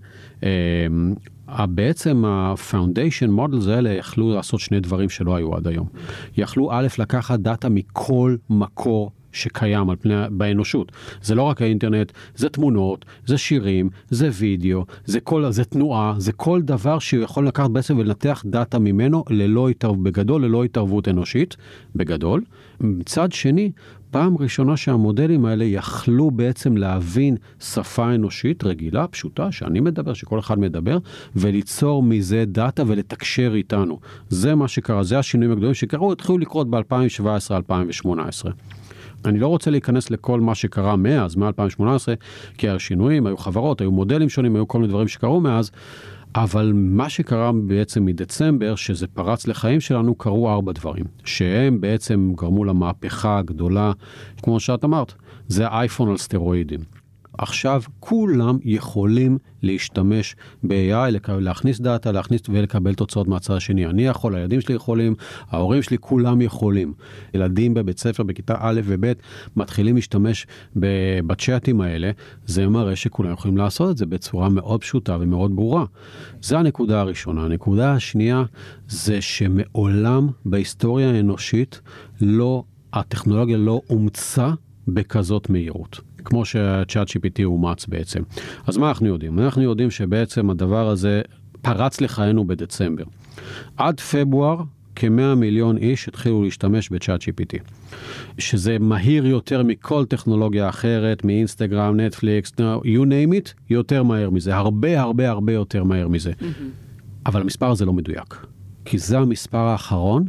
בעצם ה-Foundation Models האלה יכלו לעשות שני דברים שלא היו עד היום. יכלו א' לקחת דאטה מכל מקור שקיים על פני, באנושות. זה לא רק האינטרנט, זה תמונות, זה שירים, זה וידאו, זה, כל, זה תנועה, זה כל דבר שהוא יכול לקחת בעצם ולנתח דאטה ממנו ללא התערב, בגדול, ללא התערבות אנושית, בגדול. מצד שני, פעם ראשונה שהמודלים האלה יכלו בעצם להבין שפה אנושית רגילה, פשוטה, שאני מדבר, שכל אחד מדבר, וליצור מזה דאטה ולתקשר איתנו. זה מה שקרה, זה השינויים הגדולים שקרו, התחילו לקרות ב-אלפיים שבע עשרה אלפיים שמונה עשרה. אני לא רוצה להיכנס לכל מה שקרה מאז, מ-אלפיים שמונה עשרה, כי השינויים, היו חברות, היו מודלים שונים, היו כל מיני דברים שקרו מאז, אבל מה שקרה בעצם מדצמבר, שזה פרץ לחיים שלנו, קרו ארבע דברים, שהם בעצם גרמו למהפכה הגדולה, כמו שאת אמרת, זה האייפון על סטרואידים. עכשיו כולם יכולים להשתמש ב-איי איי, להכניס דאטה, להכניס ולקבל תוצאות מהצד השני. אני יכול, הילדים שלי יכולים, ההורים שלי, כולם יכולים. ילדים בבית ספר, בכיתה א' וב', מתחילים להשתמש בצ'אטים האלה, זה מראה שכולם יכולים לעשות את זה בצורה מאוד פשוטה ומאוד ברורה. זה הנקודה הראשונה. הנקודה השנייה זה שמעולם בהיסטוריה האנושית לא, הטכנולוגיה לא אומצה בכזאת מהירות. כמו שה-צ'אט ג'י פי טי אומץ בעצם. אז מה אנחנו יודעים? אנחנו יודעים שבעצם הדבר הזה פרץ לחיינו בדצמבר. עד פברואר, כ-מאה מיליון איש התחילו להשתמש ב-צ'אט ג'י פי טי. שזה מהיר יותר מכל טכנולוגיה אחרת, מאינסטגרם, נטפליקס, you name it, יותר מהר מזה. הרבה הרבה הרבה יותר מהר מזה. אבל המספר הזה לא מדויק. כי זה המספר האחרון,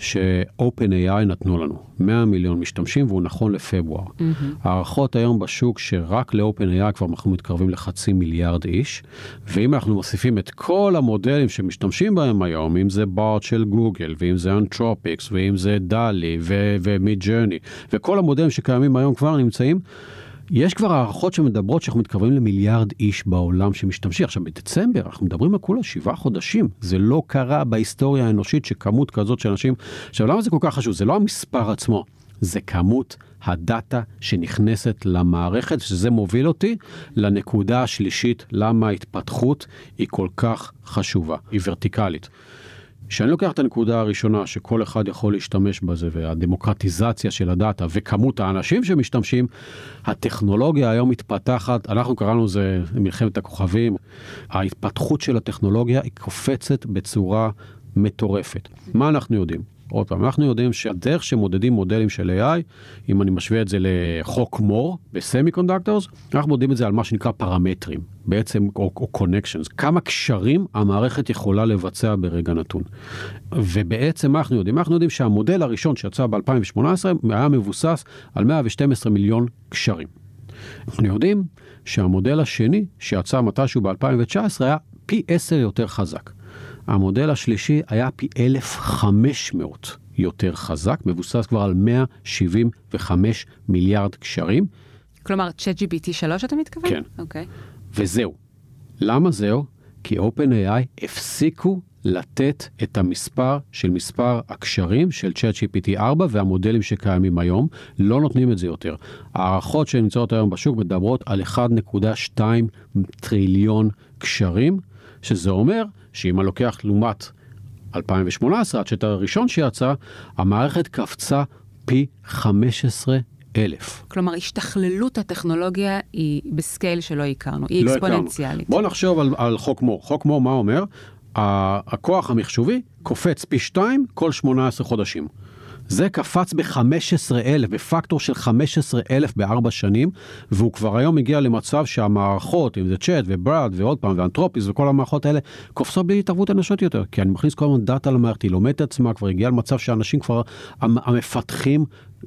ש-OpenAI נתנו לנו. מאה מיליון משתמשים, והוא נכון לפברואר. Mm-hmm. הערכות היום בשוק שרק ל-OpenAI כבר אנחנו מתקרבים לחצי מיליארד איש, ואם אנחנו מוסיפים את כל המודלים שמשתמשים בהם היום, אם זה בארט של גוגל, ואם זה אנתרופיקס, ואם זה דלי, ומידג'רני, וכל המודלים שקיימים היום כבר נמצאים, יש כבר הערכות שמדברות שאנחנו מתקרבים למיליארד איש בעולם שמשתמשים. עכשיו, בדצמבר אנחנו מדברים על כולה שבעה חודשים. זה לא קרה בהיסטוריה האנושית שכמות כזאת של אנשים. עכשיו, למה זה כל כך חשוב? זה לא המספר עצמו, זה כמות הדאטה שנכנסת למערכת, שזה מוביל אותי לנקודה השלישית, למה ההתפתחות היא כל כך חשובה, היא ורטיקלית. כשאני לוקח את הנקודה הראשונה שכל אחד יכול להשתמש בזה, והדמוקרטיזציה של הדאטה וכמות האנשים שמשתמשים, הטכנולוגיה היום מתפתחת, אנחנו קראנו זה מלחמת הכוכבים, ההתפתחות של הטכנולוגיה היא קופצת בצורה מטורפת. מה אנחנו יודעים? עוד פעם, אנחנו יודעים שהדרך שמודדים מודלים של איי איי, אם אני משווה את זה לחוק מור בסמי-קונדקטורס, אנחנו מודדים את זה על מה שנקרא פרמטרים, בעצם, או, או connections, כמה קשרים המערכת יכולה לבצע ברגע נתון. ובעצם מה אנחנו יודעים? אנחנו יודעים שהמודל הראשון שיצא ב-אלפיים שמונה עשרה היה מבוסס על מאה ושתים עשרה מיליון קשרים. אנחנו יודעים שהמודל השני שיצא מתישהו ב-אלפיים תשע עשרה היה פי עשר יותר חזק. המודל השלישי היה פי אלף וחמש מאות יותר חזק, מבוסס כבר על מאה שבעים וחמישה מיליארד קשרים. כלומר, צ'אט ג'י פי טי שלוש אתה מתכוון? כן. אוקיי. וזהו. למה זהו? כי OpenAI הפסיקו לתת את המספר של מספר הקשרים של צ'אט ג'י פי טי ארבע והמודלים שקיימים היום, לא נותנים את זה יותר. הערכות שנמצאות היום בשוק מדברות על אחת נקודה שתיים טריליון קשרים, שזה אומר שאם אני לוקח לעומת אלפיים שמונה עשרה, הצ'אט הראשון שיצא, המערכת קפצה פי חמש עשרה אלף. כלומר, השתכללות הטכנולוגיה היא בסקייל שלא הכרנו, היא לא אקספוננציאלית. בואו נחשוב על, על חוק מור. חוק מור מה אומר? הכוח המחשובי קופץ פי שתיים כל שמונה עשרה חודשים. זה קפץ ב-חמישה עשר אלף, בפקטור של חמישה עשר אלף בארבע שנים, והוא כבר היום הגיע למצב שהמערכות, אם זה צ'אט וברד ועוד פעם ואנתרופיס וכל המערכות האלה, קופצות בלי התערבות אנושית יותר, כי אני מכניס כל הזמן דאטה למערכת, היא לומדת עצמה, כבר הגיע למצב שאנשים כבר, המפתחים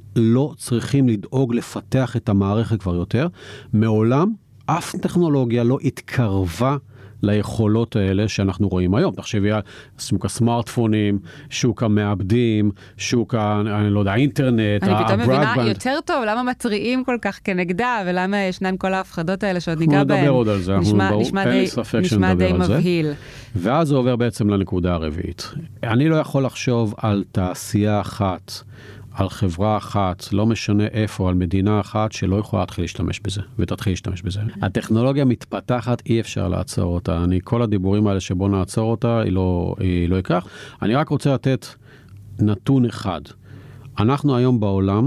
לא צריכים לדאוג לפתח את המערכת כבר יותר. מעולם אף טכנולוגיה לא התקרבה ליכולות האלה שאנחנו רואים היום. תחשבי על שוק הסמארטפונים, שוק המעבדים, שוק, אני לא יודע, האינטרנט, אני פתאום מבינה הברדבנד. יותר טוב למה מטריעים כל כך כנגדה, ולמה ישנן כל ההפחדות האלה שעוד ניגע בהן. אנחנו נדבר עוד על זה, נשמע, ברור, נשמע אין די, לי ספק נשמע שנדבר די על זה. מבהיל. ואז זה עובר בעצם לנקודה הרביעית. אני לא יכול לחשוב על תעשייה אחת, על חברה אחת, לא משנה איפה, על מדינה אחת שלא יכולה להתחיל להשתמש בזה, ותתחיל להשתמש בזה. הטכנולוגיה מתפתחת, אי אפשר לעצור אותה. אני, כל הדיבורים האלה שבוא נעצור אותה, היא לא, היא לא יקח. אני רק רוצה לתת נתון אחד. אנחנו היום בעולם,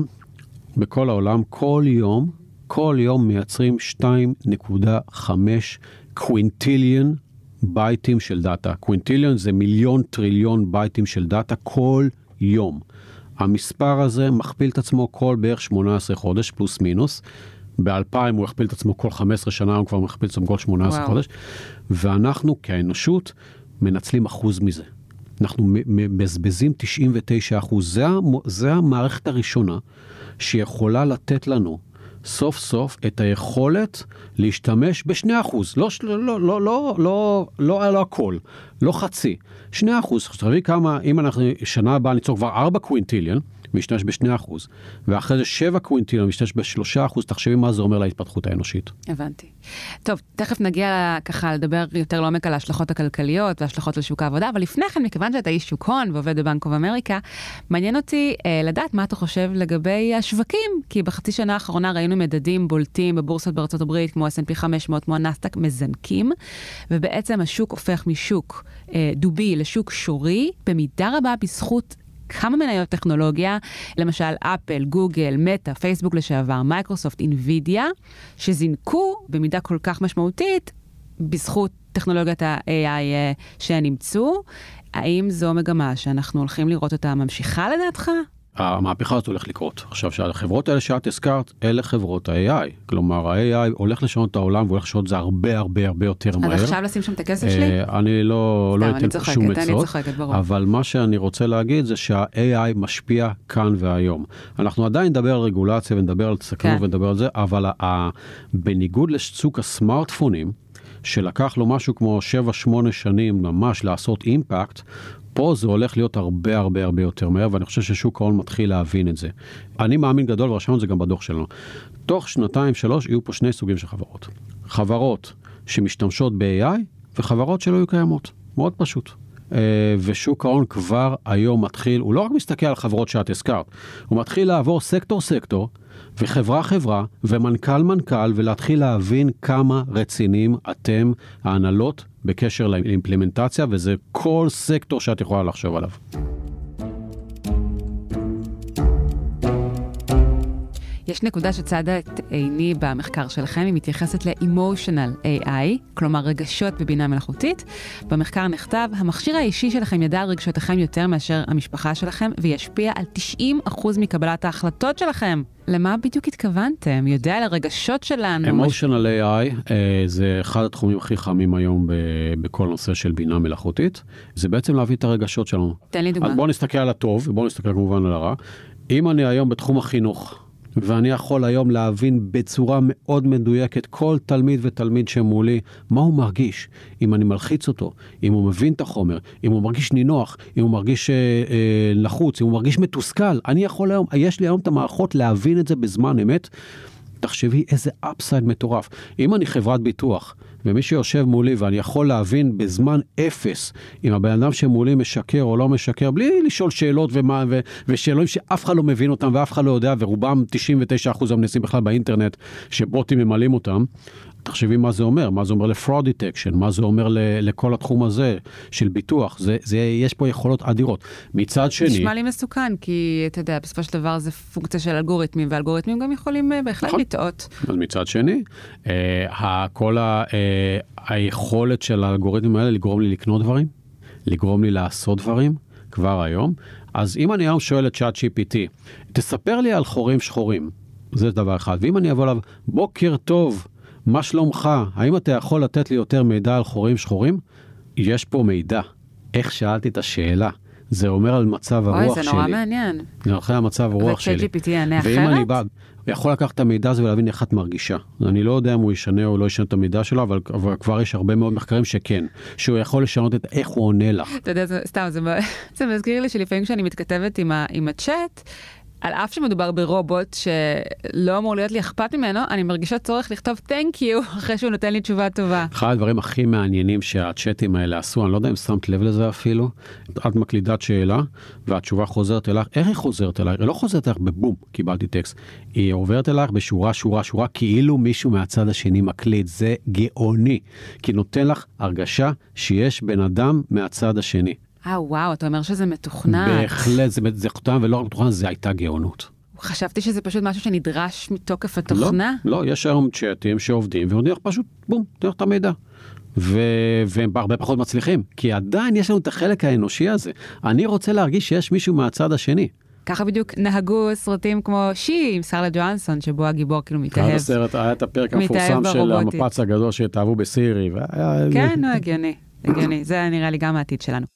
בכל העולם, כל יום, כל יום מייצרים שתיים נקודה חמש קווינטיליון בייטים של דאטה. קווינטיליון זה מיליון טריליון בייטים של דאטה כל יום. המספר הזה מכפיל את עצמו כל בערך שמונה עשרה חודש, פלוס מינוס. ב-אלפיים הוא הכפיל את עצמו כל חמש עשרה שנה, הוא כבר מכפיל את עצמו כל שמונה עשרה וואו. חודש. ואנחנו כאנושות מנצלים אחוז מזה. אנחנו מבזבזים תשעים ותשעה אחוז. זה, זה המערכת הראשונה שיכולה לתת לנו סוף סוף את היכולת להשתמש בשני אחוז. לא, לא, לא, לא, לא, לא, לא, לא הכל. לא חצי. שני אחוז. תראי כמה, אם אנחנו שנה הבאה ניצור כבר ארבע קווינטיליון, משתמש בשני אחוז, ואחרי זה שבע קווינטיליון, משתמש בשלושה אחוז, תחשבי מה זה אומר להתפתחות האנושית. הבנתי. טוב, תכף נגיע ככה לדבר יותר לעומק על ההשלכות הכלכליות וההשלכות לשוק העבודה, אבל לפני כן, מכיוון שאתה איש שוק הון ועובד בבנק אוף אמריקה, מעניין אותי אה, לדעת מה אתה חושב לגבי השווקים, כי בחצי שנה האחרונה ראינו מדדים בולטים בבורסות בארצות הברית, כמו אס אנד פי חמש מאות, כמו הנאסד"ק, מזנקים, ובעצם השוק הופך משוק אה, דובי לשוק שורי, במידה רבה בזכות כמה מניות טכנולוגיה, למשל אפל, גוגל, מטה, פייסבוק לשעבר, מייקרוסופט, אינווידיה, שזינקו במידה כל כך משמעותית בזכות טכנולוגיית ה-איי איי שנמצאו. האם זו מגמה שאנחנו הולכים לראות אותה ממשיכה לדעתך? המהפכה הזאת הולך לקרות. עכשיו, שהחברות האלה שאת הזכרת, אלה חברות ה-איי איי. כלומר, ה-איי איי הולך לשנות את העולם, והולך לשנות את זה הרבה הרבה הרבה יותר מהר. אז עכשיו לשים שם את הכסף שלי? אני לא אתן שום עצות. אני צוחקת, ברור. אבל מה שאני רוצה להגיד זה שה-איי איי משפיע כאן והיום. אנחנו עדיין נדבר על רגולציה, ונדבר על סכנות ונדבר על זה, אבל בניגוד לשוק הסמארטפונים, שלקח לו משהו כמו שבע שמונה שנים ממש לעשות אימפקט, פה זה הולך להיות הרבה הרבה הרבה יותר מהר, ואני חושב ששוק ההון מתחיל להבין את זה. אני מאמין גדול, ורשמנו את זה גם בדוח שלנו. תוך שנתיים שלוש יהיו פה שני סוגים של חברות. חברות שמשתמשות ב-איי איי, וחברות שלא יהיו קיימות. מאוד פשוט. ושוק ההון כבר היום מתחיל, הוא לא רק מסתכל על חברות שאת הזכרת, הוא מתחיל לעבור סקטור סקטור, וחברה חברה, ומנכ"ל מנכ"ל, ולהתחיל להבין כמה רציניים אתם, ההנהלות, בקשר לאימפלמנטציה, וזה כל סקטור שאת יכולה לחשוב עליו. יש נקודה שצעדת עיני במחקר שלכם, היא מתייחסת ל-emotional איי איי, כלומר רגשות בבינה מלאכותית. במחקר נכתב, המכשיר האישי שלכם ידע על רגשותיכם יותר מאשר המשפחה שלכם, וישפיע על תשעים אחוז מקבלת ההחלטות שלכם. למה בדיוק התכוונתם? יודע על הרגשות שלנו? emotional איי איי זה אחד התחומים הכי חמים היום בכל נושא של בינה מלאכותית. זה בעצם להביא את הרגשות שלנו. תן לי דוגמה. אז בואו נסתכל על הטוב, ובואו נסתכל כמובן על הרע. אם אני היום בתחום החינוך, ואני יכול היום להבין בצורה מאוד מדויקת כל תלמיד ותלמיד שמולי, מה הוא מרגיש, אם אני מלחיץ אותו, אם הוא מבין את החומר, אם הוא מרגיש נינוח, אם הוא מרגיש אה, אה, לחוץ, אם הוא מרגיש מתוסכל, אני יכול היום, יש לי היום את המערכות להבין את זה בזמן אמת. תחשבי איזה אפסייד מטורף. אם אני חברת ביטוח, ומי שיושב מולי ואני יכול להבין בזמן אפס, אם הבן אדם שמולי משקר או לא משקר, בלי לשאול שאלות ומה, ו, ושאלות שאף אחד לא מבין אותם ואף אחד לא יודע, ורובם תשעים ותשעה אחוז המנסים בכלל באינטרנט, שבוטים ממלאים אותם, תחשבי מה זה אומר, מה זה אומר ל-fraud detection, מה זה אומר ל- לכל התחום הזה של ביטוח, זה, זה, יש פה יכולות אדירות. מצד שני... נשמע לי מסוכן, כי אתה יודע, בסופו של דבר זה פונקציה של אלגוריתמים, ואלגוריתמים גם יכולים בהחלט לטעות. אז מצד שני, אה, כל ה, אה, היכולת של האלגוריתמים האלה לגרום לי לקנות דברים, לגרום לי לעשות דברים, כבר היום, אז אם אני היום שואל את צ'אט ג'י פי טי, תספר לי על חורים שחורים, זה דבר אחד. ואם אני אבוא אליו, בוקר טוב, מה שלומך? האם אתה יכול לתת לי יותר מידע על חורים שחורים? יש פה מידע. איך שאלתי את השאלה? זה אומר על מצב הרוח שלי. אוי, זה נורא מעניין. זה אומר על מצב הרוח שלי. ו-צ'אט ג'י פי טי יענה אחרת? ואם אני בא, הוא יכול לקחת את המידע הזה ולהבין איך את מרגישה. אני לא יודע אם הוא ישנה או לא ישנה את המידע שלו, אבל, אבל כבר יש הרבה מאוד מחקרים שכן, שהוא יכול לשנות את איך הוא עונה לך. אתה יודע, זה, סתם, זה, זה מזכיר לי שלפעמים כשאני מתכתבת עם, ה, עם הצ'אט, על אף שמדובר ברובוט שלא אמור להיות לי אכפת ממנו, אני מרגישה צורך לכתוב thank you אחרי שהוא נותן לי תשובה טובה. אחד הדברים הכי מעניינים שהצ'אטים האלה עשו, אני לא יודע אם שמת לב לזה אפילו, את מקלידת שאלה, והתשובה חוזרת אלייך, איך היא חוזרת אלייך? היא לא חוזרת אלייך בבום, קיבלתי טקסט, היא עוברת אלייך בשורה, שורה, שורה, כאילו מישהו מהצד השני מקליד, זה גאוני, כי נותן לך הרגשה שיש בן אדם מהצד השני. אה, וואו, אתה אומר שזה מתוכנן. בהחלט, זה, זה מתוכנן, ולא רק מתוכנן, זה הייתה גאונות. חשבתי שזה פשוט משהו שנדרש מתוקף התוכנה. לא, לא, יש היום צ'אטים שעובדים, ועוד נראה פשוט, בום, נראה את המידע. ו... והם הרבה פחות מצליחים, כי עדיין יש לנו את החלק האנושי הזה. אני רוצה להרגיש שיש מישהו מהצד השני. ככה בדיוק נהגו סרטים כמו שי עם סקרלט ג'ואנסון, שבו הגיבור כאילו מתאהב. כאן הסרט, היה את הפרק המפורסם של המפץ הגדול שהתאהבו בסירי. והיה... כן, נו, הגיוני. הגיוני, זה נראה לי גם העתיד שלנו.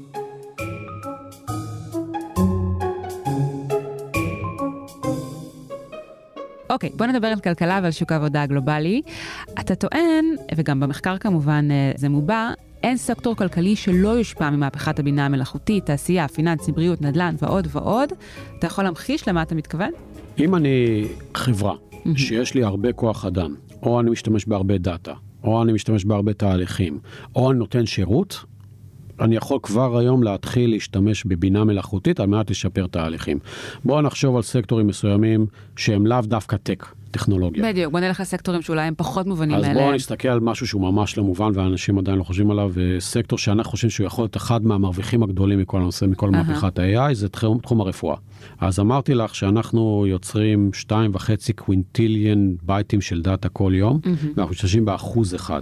אוקיי, בוא נדבר על כלכלה ועל שוק העבודה הגלובלי. אתה טוען, וגם במחקר כמובן זה מובע, אין סקטור כלכלי שלא יושפע ממהפכת הבינה המלאכותית, תעשייה, פיננסי, בריאות, נדל"ן ועוד ועוד. אתה יכול להמחיש למה אתה מתכוון? אם אני חברה שיש לי הרבה כוח אדם, או אני משתמש בהרבה דאטה, או אני משתמש בהרבה תהליכים, או אני נותן שירות, אני יכול כבר היום להתחיל להשתמש בבינה מלאכותית על מנת לשפר תהליכים. בואו נחשוב על סקטורים מסוימים שהם לאו דווקא טק, טכנולוגיה. בדיוק, בוא נלך לסקטורים שאולי הם פחות מובנים מאליהם. אז בואו נסתכל על משהו שהוא ממש לא מובן, ואנשים עדיין לא חושבים עליו, וסקטור שאנחנו חושבים שהוא יכול להיות אחד מהמרוויחים הגדולים מכל הנושא, מכל מהפכת ה-איי איי, זה תחום, תחום הרפואה. אז אמרתי לך שאנחנו יוצרים שתיים וחצי קווינטיליון בייטים של דאטה כל יום, ואנחנו משתמשים באחוז אחד.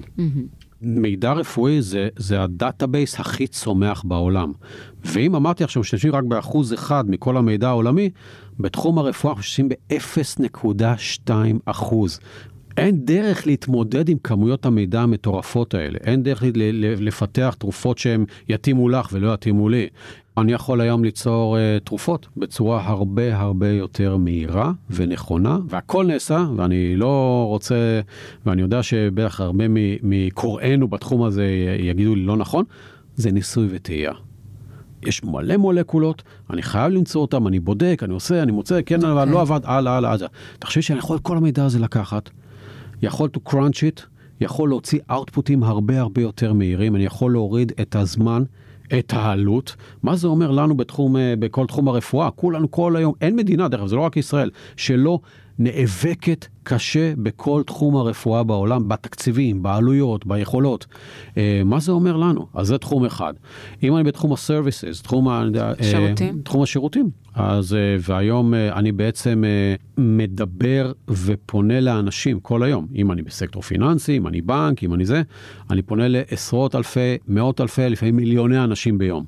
מידע רפואי זה, זה הדאטאבייס הכי צומח בעולם. ואם אמרתי עכשיו שמשתמשים רק באחוז אחד מכל המידע העולמי, בתחום הרפואה משתמשים ב-אפס נקודה שתיים אחוז. אין דרך להתמודד עם כמויות המידע המטורפות האלה. אין דרך לפתח תרופות שהן יתאימו לך ולא יתאימו לי. אני יכול היום ליצור uh, תרופות בצורה הרבה הרבה יותר מהירה ונכונה, והכל נעשה, ואני לא רוצה, ואני יודע שבערך הרבה מקוראינו בתחום הזה יגידו לי לא נכון, זה ניסוי וטעייה. יש מלא מולקולות, אני חייב למצוא אותם, אני בודק, אני עושה, אני מוצא, כן, אבל לא עבד, הלאה, הלאה, הלאה. תחשבי שאני יכול את כל המידע הזה לקחת, יכול to crunch it, יכול להוציא אאוטפוטים הרבה הרבה יותר מהירים, אני יכול להוריד את הזמן, את העלות. מה זה אומר לנו בתחום, בכל תחום הרפואה? כולנו כל היום, אין מדינה, דרך אגב, זה לא רק ישראל, שלא נאבקת קשה בכל תחום הרפואה בעולם, בתקציבים, בעלויות, ביכולות. מה זה אומר לנו? אז זה תחום אחד. אם אני בתחום ה-services, תחום, שירותים. תחום השירותים, אז והיום אני בעצם מדבר ופונה לאנשים כל היום. אם אני בסקטור פיננסי, אם אני בנק, אם אני זה, אני פונה לעשרות אלפי, מאות אלפי, לפעמים מיליוני אנשים ביום.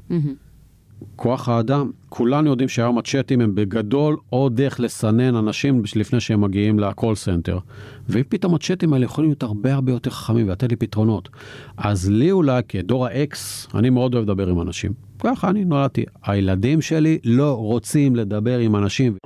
כוח האדם, כולנו יודעים שהיום הצ'אטים הם בגדול עוד דרך לסנן אנשים לפני שהם מגיעים לקול סנטר, ואם פתאום הצ'אטים האלה יכולים להיות הרבה הרבה יותר חכמים ולתת לי פתרונות, אז לי אולי כדור ה-X, אני מאוד אוהב לדבר עם אנשים, ככה אני נולדתי, הילדים שלי לא רוצים לדבר עם אנשים.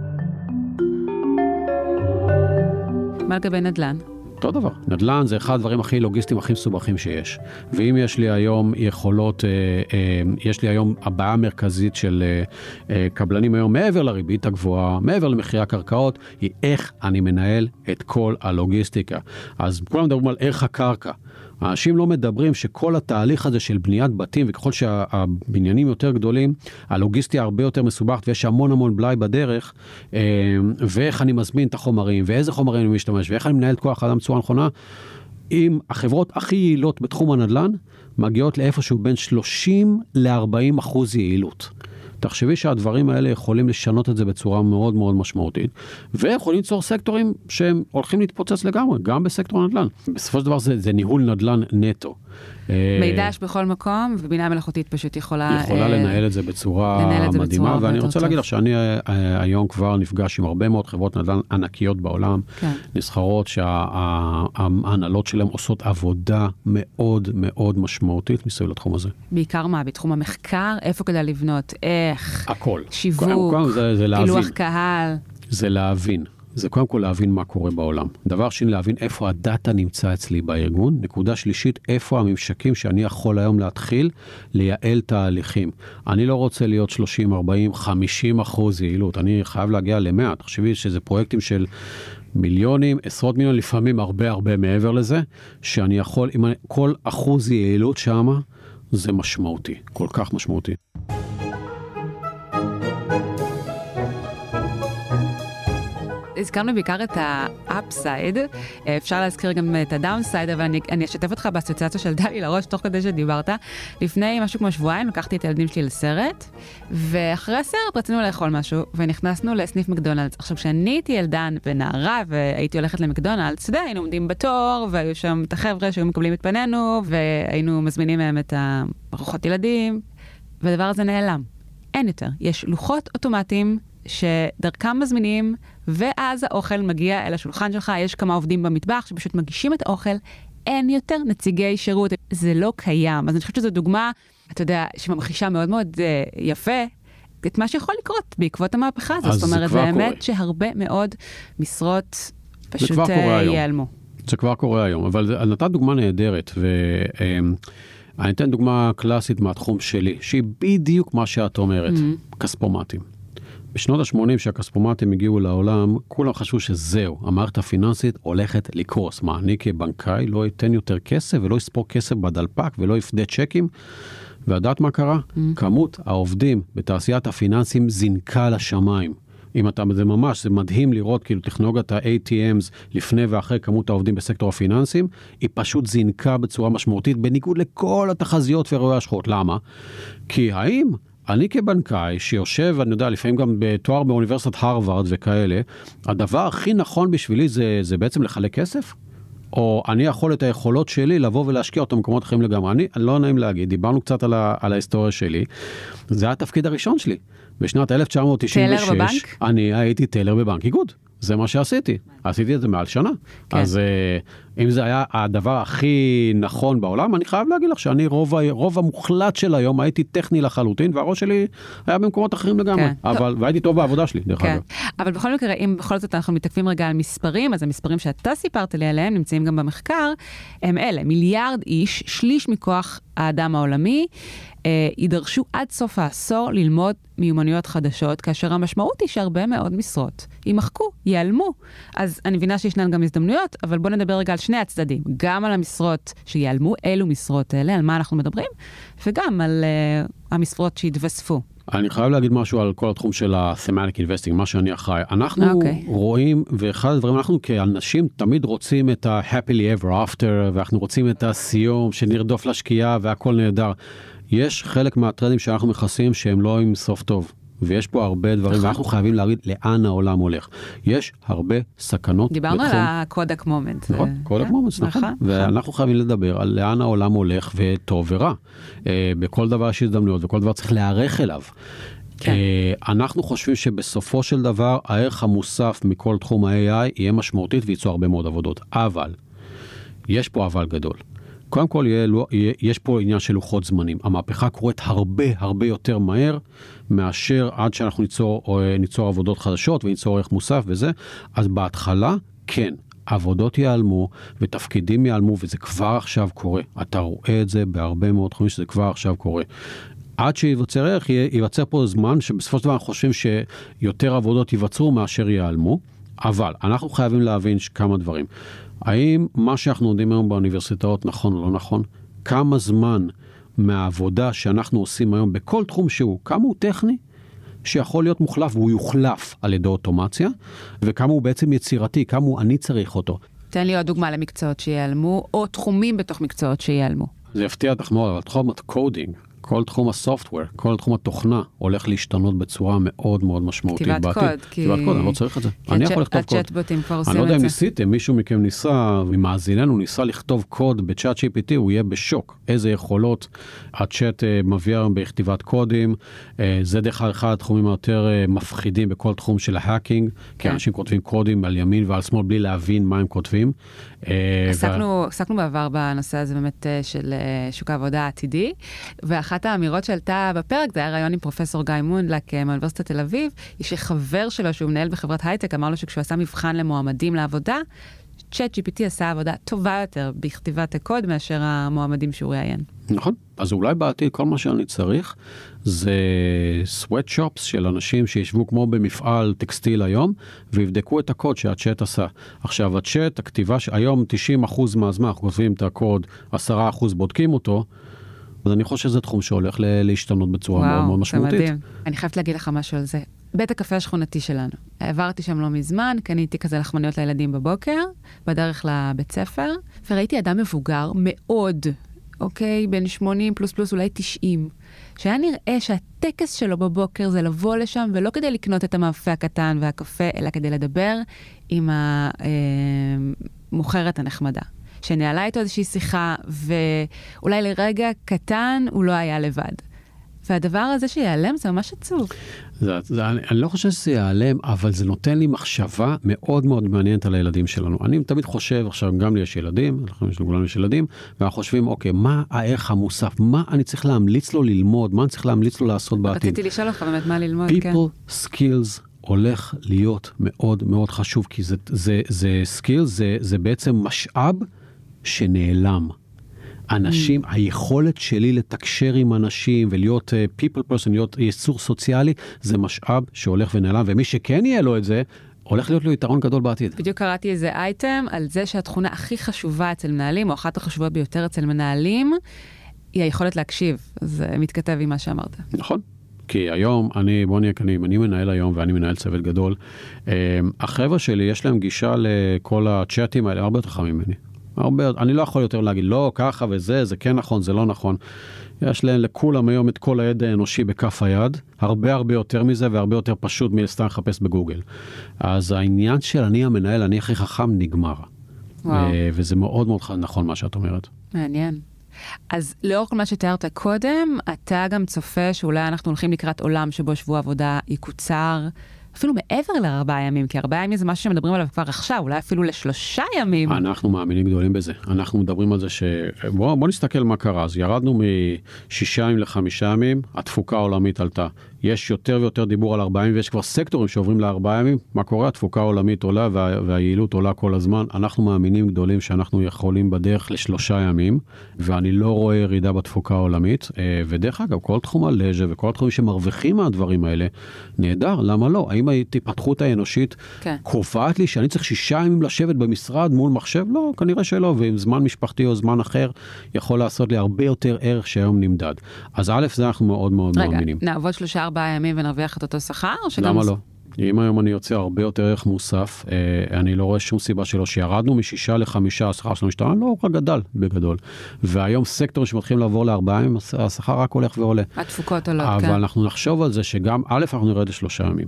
מה לגבי נדל"ן? אותו דבר. נדל"ן זה אחד הדברים הכי לוגיסטיים, הכי מסובכים שיש. ואם יש לי היום יכולות, אה, אה, יש לי היום הבעיה המרכזית של אה, אה, קבלנים היום, מעבר לריבית הגבוהה, מעבר למחירי הקרקעות, היא איך אני מנהל את כל הלוגיסטיקה. אז כולם מדברים על ערך הקרקע. האנשים לא מדברים שכל התהליך הזה של בניית בתים, וככל שהבניינים יותר גדולים, הלוגיסטיה הרבה יותר מסובכת, ויש המון המון בלאי בדרך, ואיך אני מזמין את החומרים, ואיזה חומרים אני משתמש, ואיך אני מנהל את כוח האדם בצורה נכונה, אם החברות הכי יעילות בתחום הנדל"ן, מגיעות לאיפשהו בין שלושים לארבעים אחוז יעילות. תחשבי שהדברים האלה יכולים לשנות את זה בצורה מאוד מאוד משמעותית, ויכולים ליצור סקטורים שהם הולכים להתפוצץ לגמרי, גם בסקטור הנדל"ן. בסופו של דבר זה, זה ניהול נדל"ן נטו. מידע יש בכל מקום, ובינה מלאכותית פשוט יכולה... יכולה לנהל את זה בצורה מדהימה, ואני רוצה להגיד לך שאני היום כבר נפגש עם הרבה מאוד חברות נדל"ן ענקיות בעולם, נסחרות שההנהלות שלהם עושות עבודה מאוד מאוד משמעותית מסביב לתחום הזה. בעיקר מה? בתחום המחקר? איפה כדאי לבנות? איך? הכל. שיווק? פילוח קהל? זה להבין. זה קודם כל להבין מה קורה בעולם. דבר שני, להבין איפה הדאטה נמצא אצלי בארגון. נקודה שלישית, איפה הממשקים שאני יכול היום להתחיל לייעל תהליכים. אני לא רוצה להיות שלושים, ארבעים, חמישים אחוז יעילות. אני חייב להגיע ל-מאה. תחשבי שזה פרויקטים של מיליונים, עשרות מיליון, לפעמים הרבה הרבה מעבר לזה, שאני יכול, עם כל אחוז יעילות שמה, זה משמעותי. כל כך משמעותי. הזכרנו בעיקר את האפסייד, אפשר להזכיר גם את הדאונסייד, אבל אני, אני אשתף אותך באסוציאציה של דלי לראש, תוך כדי שדיברת. לפני משהו כמו שבועיים, לקחתי את הילדים שלי לסרט, ואחרי הסרט רצינו לאכול משהו, ונכנסנו לסניף מקדונלדס. עכשיו, כשאני הייתי ילדן ונערה, והייתי הולכת למקדונלדס, אתה יודע, היינו עומדים בתור, והיו שם את החבר'ה שהיו מקבלים את פנינו, והיינו מזמינים מהם את ארוחות ילדים, והדבר הזה נעלם. אין יותר. יש לוחות אוטומטיים שדרכם מזמינים, ואז האוכל מגיע אל השולחן שלך, יש כמה עובדים במטבח שפשוט מגישים את האוכל, אין יותר נציגי שירות, זה לא קיים. אז אני חושבת שזו דוגמה, אתה יודע, שממחישה מאוד מאוד uh, יפה, את מה שיכול לקרות בעקבות המהפכה הזאת. זאת אומרת, זה באמת שהרבה מאוד משרות פשוט uh, ייעלמו. זה כבר קורה היום, אבל נתת דוגמה נהדרת, ואני אתן דוגמה קלאסית מהתחום שלי, שהיא בדיוק מה שאת אומרת, mm-hmm. כספומטים. בשנות ה-שמונים שהכספומטים הגיעו לעולם, כולם חשבו שזהו, המערכת הפיננסית הולכת לקרוס. מה, אני כבנקאי לא ייתן יותר כסף ולא יספור כסף בדלפק ולא יפדה צ'קים? ועדת מה קרה? Mm. כמות העובדים בתעשיית הפיננסים זינקה לשמיים. אם אתה, זה ממש, זה מדהים לראות כאילו טכנולוגיית ה-איי טי אמס לפני ואחרי כמות העובדים בסקטור הפיננסים, היא פשוט זינקה בצורה משמעותית, בניגוד לכל התחזיות ורואי השחורות. למה? כי האם אני כבנקאי שיושב, אני יודע, לפעמים גם בתואר באוניברסיטת הרווארד וכאלה, הדבר הכי נכון בשבילי זה, זה בעצם לחלק כסף? או אני יכול את היכולות שלי לבוא ולהשקיע אותו במקומות אחרים לגמרי. אני, לא נעים להגיד, דיברנו קצת על, ה, על ההיסטוריה שלי, זה היה התפקיד הראשון שלי. בשנת אלף תשע מאות תשעים ושש, טלר בבנק? אני הייתי טלר בבנק איגוד. זה מה שעשיתי. עשיתי את זה מעל שנה. כן. אז אם זה היה הדבר הכי נכון בעולם, אני חייב להגיד לך שאני רוב, רוב המוחלט של היום הייתי טכני לחלוטין, והראש שלי היה במקומות אחרים לגמרי. כן. אבל, והייתי טוב בעבודה שלי, דרך כן. אגב. אבל בכל מקרה, אם בכל זאת אנחנו מתעכבים רגע על מספרים, אז המספרים שאתה סיפרת לי עליהם, נמצאים גם במחקר, הם אלה, מיליארד איש, שליש מכוח האדם העולמי, אה, יידרשו עד סוף העשור ללמוד מיומנויות חדשות, כאשר המשמעות היא שהרבה מאוד משרות יימחקו, ייעלמו. אז אני מבינה שישנן גם הזדמנויות, אבל בוא נדבר רגע על שני הצדדים, גם על המשרות שיעלמו, אילו משרות אלה, על מה אנחנו מדברים, וגם על אה, המשרות שהתווספו. אני חייב להגיד משהו על כל התחום של ה-thematic investing, מה שאני אחראי. אנחנו okay. רואים, ואחד הדברים, אנחנו כאנשים תמיד רוצים את ה-happily ever after, ואנחנו רוצים את הסיום שנרדוף לשקיעה והכל נהדר. יש חלק מהטרנדים שאנחנו מכסים שהם לא עם סוף טוב. ויש פה הרבה דברים, ואנחנו חייבים להגיד לאן העולם הולך. יש הרבה סכנות. דיברנו על הקודק מומנט. נכון, קודק מומנט, נכון. ואנחנו חייבים לדבר על לאן העולם הולך וטוב ורע. בכל דבר יש הזדמנויות, וכל דבר צריך להיערך אליו. אנחנו חושבים שבסופו של דבר, הערך המוסף מכל תחום ה-איי איי יהיה משמעותית וייצור הרבה מאוד עבודות. אבל, יש פה אבל גדול. קודם כל, יש פה עניין של לוחות זמנים. המהפכה קורית הרבה הרבה יותר מהר, מאשר עד שאנחנו ניצור, ניצור עבודות חדשות וניצור ערך מוסף וזה. אז בהתחלה, כן, עבודות ייעלמו ותפקידים ייעלמו, וזה כבר עכשיו קורה. אתה רואה את זה בהרבה מאוד תחומים שזה כבר עכשיו קורה. עד שיווצר ערך, ייווצר פה זמן שבסופו של דבר אנחנו חושבים שיותר עבודות ייווצרו מאשר ייעלמו, אבל אנחנו חייבים להבין כמה דברים. האם מה שאנחנו יודעים היום באוניברסיטאות נכון או לא נכון? כמה זמן מהעבודה שאנחנו עושים היום בכל תחום שהוא, כמה הוא טכני, שיכול להיות מוחלף והוא יוחלף על ידי אוטומציה, וכמה הוא בעצם יצירתי, כמה הוא אני צריך אותו. תן לי עוד דוגמה למקצועות שיעלמו, או תחומים בתוך מקצועות שיעלמו. זה יפתיע אותך מאוד, אבל תחום הקודינג, כל תחום הסופטוור, כל תחום התוכנה, הולך להשתנות בצורה מאוד מאוד משמעותית בעתיד. כתיבת קוד, כי... כתיבת קוד, אני לא צריך את זה. אני יכול לכתוב קוד. הצ'אטבוטים כבר עושים אני לא יודע את אם זה. ניסיתם, מישהו מכם ניסה, ממאזיננו ניסה לכתוב קוד בצ'אט ג'י פי טי, הוא יהיה בשוק. איזה יכולות הצ'אט מביא בכתיבת קודים, זה דרך אחד התחומים היותר מפחידים בכל תחום של ההאקינג, כי אנשים כותבים קודים על ימין ועל שמאל בלי להבין מה הם כותבים. עסקנו, עסקנו בעבר בנושא הזה באמת של שוק העבודה העתידי, ואחת האמירות שעלתה בפרק, זה היה רעיון עם פרופסור גיא מונדלק מאוניברסיטת תל אביב, היא שחבר שלו שהוא מנהל בחברת הייטק, אמר לו שכשהוא עשה מבחן למועמדים לעבודה, צ'אט ג'י פי טי עשה עבודה טובה יותר בכתיבת הקוד מאשר המועמדים שהוא ראיין. נכון, אז אולי בעתיד כל מה שאני צריך זה sweatshops של אנשים שישבו כמו במפעל טקסטיל היום ויבדקו את הקוד שהצ'אט עשה. עכשיו הצ'אט, הכתיבה, היום תשעים אחוז מהזמן אנחנו כותבים את הקוד, עשרה אחוז בודקים אותו, אז אני חושב שזה תחום שהולך להשתנות בצורה וואו, מאוד מאוד משמעותית. זה מדהים. אני חייבת להגיד לך משהו על זה. בית הקפה השכונתי שלנו. עברתי שם לא מזמן, קניתי כזה לחמניות לילדים בבוקר, בדרך לבית ספר, וראיתי אדם מבוגר מאוד, אוקיי, בין שמונים פלוס פלוס אולי תשעים, שהיה נראה שהטקס שלו בבוקר זה לבוא לשם, ולא כדי לקנות את המאפה הקטן והקפה, אלא כדי לדבר עם המוכרת הנחמדה. שנעלה איתו איזושהי שיחה, ואולי לרגע קטן הוא לא היה לבד. והדבר הזה שיעלם זה ממש עצוב. זה, זה, אני, אני לא חושב שזה יעלם, אבל זה נותן לי מחשבה מאוד מאוד מעניינת על הילדים שלנו. אני תמיד חושב, עכשיו גם לי יש ילדים, יש לכולנו יש ילדים, ואנחנו חושבים, אוקיי, מה הערך המוסף? מה אני צריך להמליץ לו ללמוד? מה אני צריך להמליץ לו לעשות בעתיד? רציתי לשאול לך באמת מה ללמוד, People כן. skills הולך להיות מאוד מאוד חשוב, כי זה, זה, זה skills, זה, זה בעצם משאב שנעלם. אנשים, mm. היכולת שלי לתקשר עם אנשים ולהיות uh, people person, להיות יצור סוציאלי, זה משאב שהולך ונעלם, ומי שכן יהיה לו את זה, הולך להיות לו יתרון גדול בעתיד. בדיוק קראתי איזה אייטם על זה שהתכונה הכי חשובה אצל מנהלים, או אחת החשובות ביותר אצל מנהלים, היא היכולת להקשיב. זה מתכתב עם מה שאמרת. נכון. כי היום, אני, בוא נהיה כנים, אני מנהל היום ואני מנהל צוות גדול. החבר'ה שלי, יש להם גישה לכל הצ'אטים האלה, הרבה יותר חכמים ממני. הרבה, אני לא יכול יותר להגיד, לא, ככה וזה, זה כן נכון, זה לא נכון. יש להם לכולם היום את כל הידע האנושי בכף היד, הרבה הרבה יותר מזה, והרבה יותר פשוט מלסתם לחפש בגוגל. אז העניין של אני המנהל, אני הכי חכם, נגמר. וואו. וזה מאוד מאוד נכון מה שאת אומרת. מעניין. אז לאור כל מה שתיארת קודם, אתה גם צופה שאולי אנחנו הולכים לקראת עולם שבו שבוע עבודה יקוצר, אפילו מעבר לארבעה ימים, כי ארבעה ימים זה משהו שמדברים עליו כבר עכשיו, אולי אפילו לשלושה ימים. אנחנו מאמינים גדולים בזה. אנחנו מדברים על זה ש... בוא, בוא נסתכל מה קרה. אז ירדנו משישה ימים לחמישה ימים, התפוקה העולמית עלתה. יש יותר ויותר דיבור על ארבעה ימים, ויש כבר סקטורים שעוברים לארבעה ימים. מה קורה? התפוקה העולמית עולה וה... והיעילות עולה כל הזמן. אנחנו מאמינים גדולים שאנחנו יכולים בדרך לשלושה ימים, ואני לא רואה ירידה בתפוקה העולמית. ודרך אגב, כל תחום הלז'ה וכל תחומים שמרוויחים מהדברים האלה, נהדר, למה לא? האם ההתפתחות האנושית כן. קובעת לי שאני צריך שישה ימים לשבת במשרד מול מחשב? לא, כנראה שלא, ועם זמן משפחתי או זמן אחר, יכול לעשות לי הרבה יותר ערך שהיום נמדד. אז א', זה אנחנו מאוד מאוד רגע, מאמינים. רגע, נעבוד שלושה ארבעה ימים ונרוויח את אותו שכר? למה לא? אם היום אני יוצא הרבה יותר ערך מוסף, אה, אני לא רואה שום סיבה שלא, שירדנו משישה לחמישה, השכר שלנו משתנה, לא, רק גדל בגדול. והיום סקטורים שמתחילים לעבור לארבעה ימים, השכר רק הולך ועולה. התפוקות עולות, אבל כן. אבל אנחנו נחשוב על זה שגם, א', אנחנו נרד לשלושה ימים.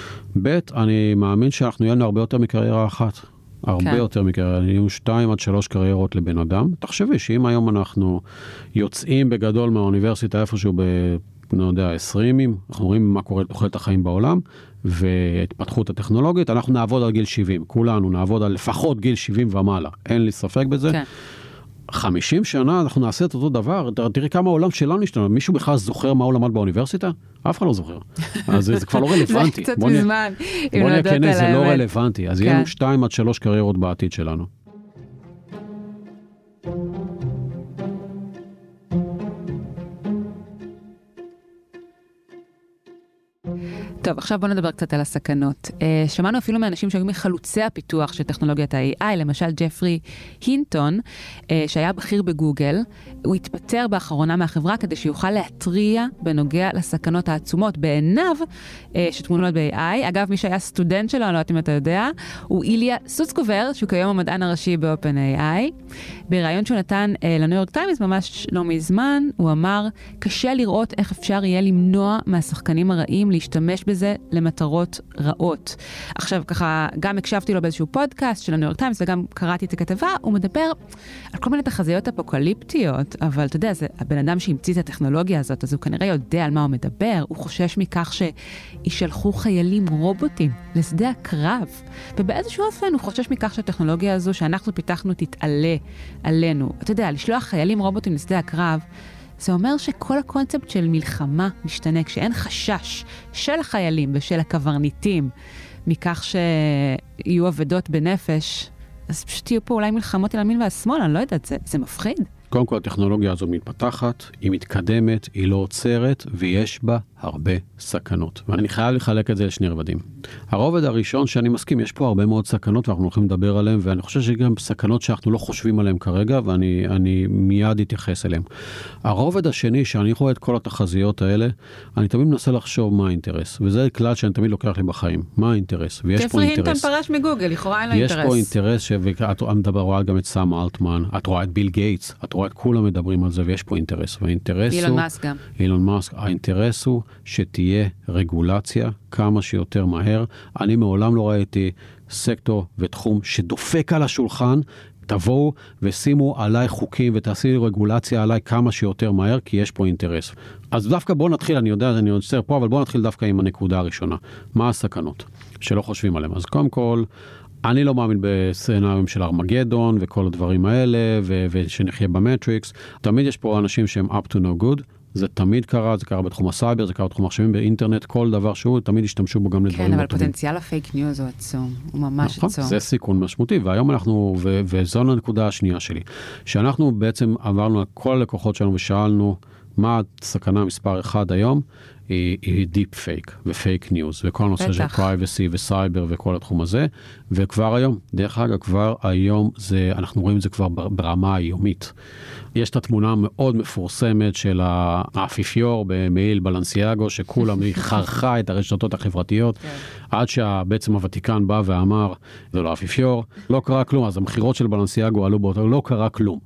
ב', אני מאמין שאנחנו יהיה לנו הרבה יותר מקריירה אחת. הרבה כן. יותר מקריירה, יהיו שתיים עד שלוש קריירות לבן אדם. תחשבי שאם היום אנחנו יוצאים בגדול מהאוניברסיטה איפשהו ב... אני יודע, עשרים ימים, אנחנו רואים מה קורה בתוחלת החיים בעולם, והתפתחות הטכנולוגית, אנחנו נעבוד על גיל שבעים, כולנו נעבוד על לפחות גיל שבעים ומעלה, אין לי ספק בזה. כן. חמישים שנה אנחנו נעשה את אותו דבר, תראי כמה העולם שלנו נשתנה, מישהו בכלל זוכר מה הוא למד באוניברסיטה? אף אחד לא זוכר. אז זה כבר לא רלוונטי. זה קצת מזמן. בוא נהיה כן, זה לא רלוונטי, אז יהיה לנו שתיים עד שלוש קריירות בעתיד שלנו. טוב, עכשיו בוא נדבר קצת על הסכנות. Uh, שמענו אפילו מאנשים שהיו מחלוצי הפיתוח של טכנולוגיית ה-איי איי, למשל ג'פרי הינטון, uh, שהיה בכיר בגוגל, הוא התפטר באחרונה מהחברה כדי שיוכל להטריע בנוגע לסכנות העצומות בעיניו uh, שטמונות ב-איי איי. אגב, מי שהיה סטודנט שלו, אני לא יודעת אם אתה יודע, הוא איליה סוצקובר, שהוא כיום המדען הראשי ב-OpenAI, בריאיון שהוא נתן אה, לניו יורק טיימס ממש לא מזמן, הוא אמר, קשה לראות איך אפשר יהיה למנוע מהשחקנים הרעים להשתמש בזה למטרות רעות. עכשיו ככה, גם הקשבתי לו באיזשהו פודקאסט של הניו יורק טיימס, וגם קראתי את הכתבה, הוא מדבר על כל מיני תחזיות אפוקליפטיות, אבל אתה יודע, זה הבן אדם שהמציא את הטכנולוגיה הזאת, אז הוא כנראה יודע על מה הוא מדבר, הוא חושש מכך שישלחו חיילים רובוטים לשדה הקרב, ובאיזשהו אופן הוא חושש מכך שהטכנולוגיה הזו שאנחנו פיתחנו תתעלה עלינו. אתה יודע, לשלוח חיילים רובוטים לשדה הקרב, זה אומר שכל הקונספט של מלחמה משתנה, כשאין חשש של החיילים ושל הקברניטים, מכך שיהיו עבדות בנפש, אז פשוט יהיו פה אולי מלחמות על המין והשמאל, אני לא יודעת, זה, זה מפחיד. קודם כל, הטכנולוגיה הזו מתפתחת, היא מתקדמת, היא לא עוצרת, ויש בה הרבה סכנות. ואני חייב לחלק את זה לשני רבדים. הרובד הראשון שאני מסכים, יש פה הרבה מאוד סכנות, ואנחנו הולכים לדבר עליהם, ואני חושב שגם סכנות שאנחנו לא חושבים עליהם כרגע, ואני אני מיד אתייחס אליהם. הרובד השני, שאני רואה את כל התחזיות האלה, אני תמיד מנסה לחשוב מה האינטרס, וזה כלל שאני תמיד לוקח לי בחיים. מה האינטרס? ויש פה אינטרס. ג'פרי הינטון פרש מגוגל, לכאורה אין לו יש אינטרס. פה אינטרס, ואת מדברת גם את סאם אלטמן, את רואה את ביל גייטס, את רואה את כולם מדברים על זה, ויש פה אינטרס. והאינטרס הוא... אילון מאסק גם. אילון מאסק, האינטרס הוא שתהיה רגולציה כמה שיותר מהר. אני מעולם לא ראיתי סקטור ותחום שדופק על השולחן, תבואו ושימו עליי חוקים ותעשי לי רגולציה עליי כמה שיותר מהר, כי יש פה אינטרס. אז דווקא בוא נתחיל, אני יודע, אני עוצר פה, אבל בוא נתחיל דווקא עם הנקודה הראשונה. מה הסכנות שלא חושבים עליהם? אז קודם כל, אני לא מאמין בסצנריום של ארמגדון וכל הדברים האלה, ו- ושנחיה במטריקס. תמיד יש פה אנשים שהם up to no good. זה תמיד קרה, זה קרה בתחום הסייבר, זה קרה בתחום מחשבים באינטרנט, כל דבר שהוא, תמיד השתמשו בו גם לדברים כן, אבל לא טובים. פוטנציאל הפייק ניוז הוא עצום, הוא ממש נכון, עצום. זה סיכון משמעותי, והיום אנחנו, ו- וזו הנקודה השנייה שלי, שאנחנו בעצם עברנו על כל הלקוחות שלנו ושאלנו, מה הסכנה מספר אחד היום, היא, היא דיפ פייק ופייק ניוז, וכל הנושא של פרייבסי וסייבר וכל התחום הזה, וכבר היום, דרך אגב, כבר היום, זה, אנחנו רואים את זה כבר ברמה היומית. יש את התמונה המאוד מפורסמת של האפיפיור במעיל בלנסיאגו, שכולם היא חרכה את הרשתות החברתיות, עד שבעצם הוותיקן בא ואמר, זה לא האפיפיור, לא קרה כלום, אז המחירות של בלנסיאגו עלו באותו, לא קרה כלום.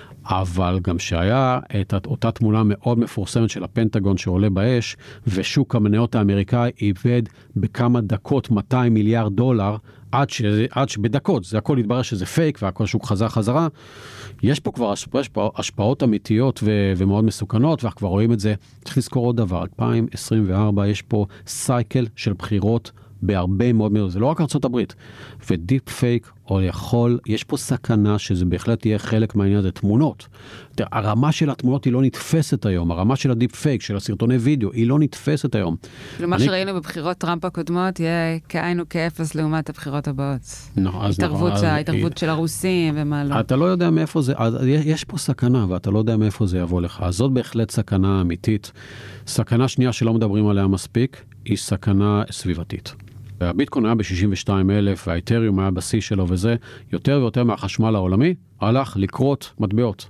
אבל גם שהיה את אותה תמונה מאוד מפורסמת של הפנטגון שעולה באש, ושוק המניות האמריקאי איבד בכמה דקות מאתיים מיליארד דולר, עד, ש... עד שבדקות, זה הכל התברר שזה פייק, והכל שוק חזר חזרה. יש פה כבר יש פה השפעות אמיתיות ו... ומאוד מסוכנות, ואנחנו כבר רואים את זה. צריך לזכור עוד דבר, אלפיים עשרים וארבע יש פה סייקל של בחירות, בהרבה מאוד מאוד, זה לא רק ארצות הברית, ודיפ פייק, או יכול, יש פה סכנה שזה בהחלט יהיה חלק מהעניין הזה, תמונות. הרמה של התמונות היא לא נתפסת היום, הרמה של הדיפ פייק, של הסרטוני וידאו, היא לא נתפסת היום. מה שראינו בבחירות טראמפ הקודמות, יהיה כאין וכאפס לעומת הבחירות הבאות. התערבות של הרוסים ומה לא. אתה לא יודע מאיפה זה, יש פה סכנה, ואתה לא יודע מאיפה זה יבוא לך. אז זאת בהחלט סכנה אמיתית. סכנה שנייה שלא מדברים עליה מספיק, היא סכנה סביבתית. הביטקוין היה ב-שישים ושתיים אלף, והאתריום היה בשיא שלו וזה, יותר ויותר מהחשמל העולמי, הלך לקרות מטבעות.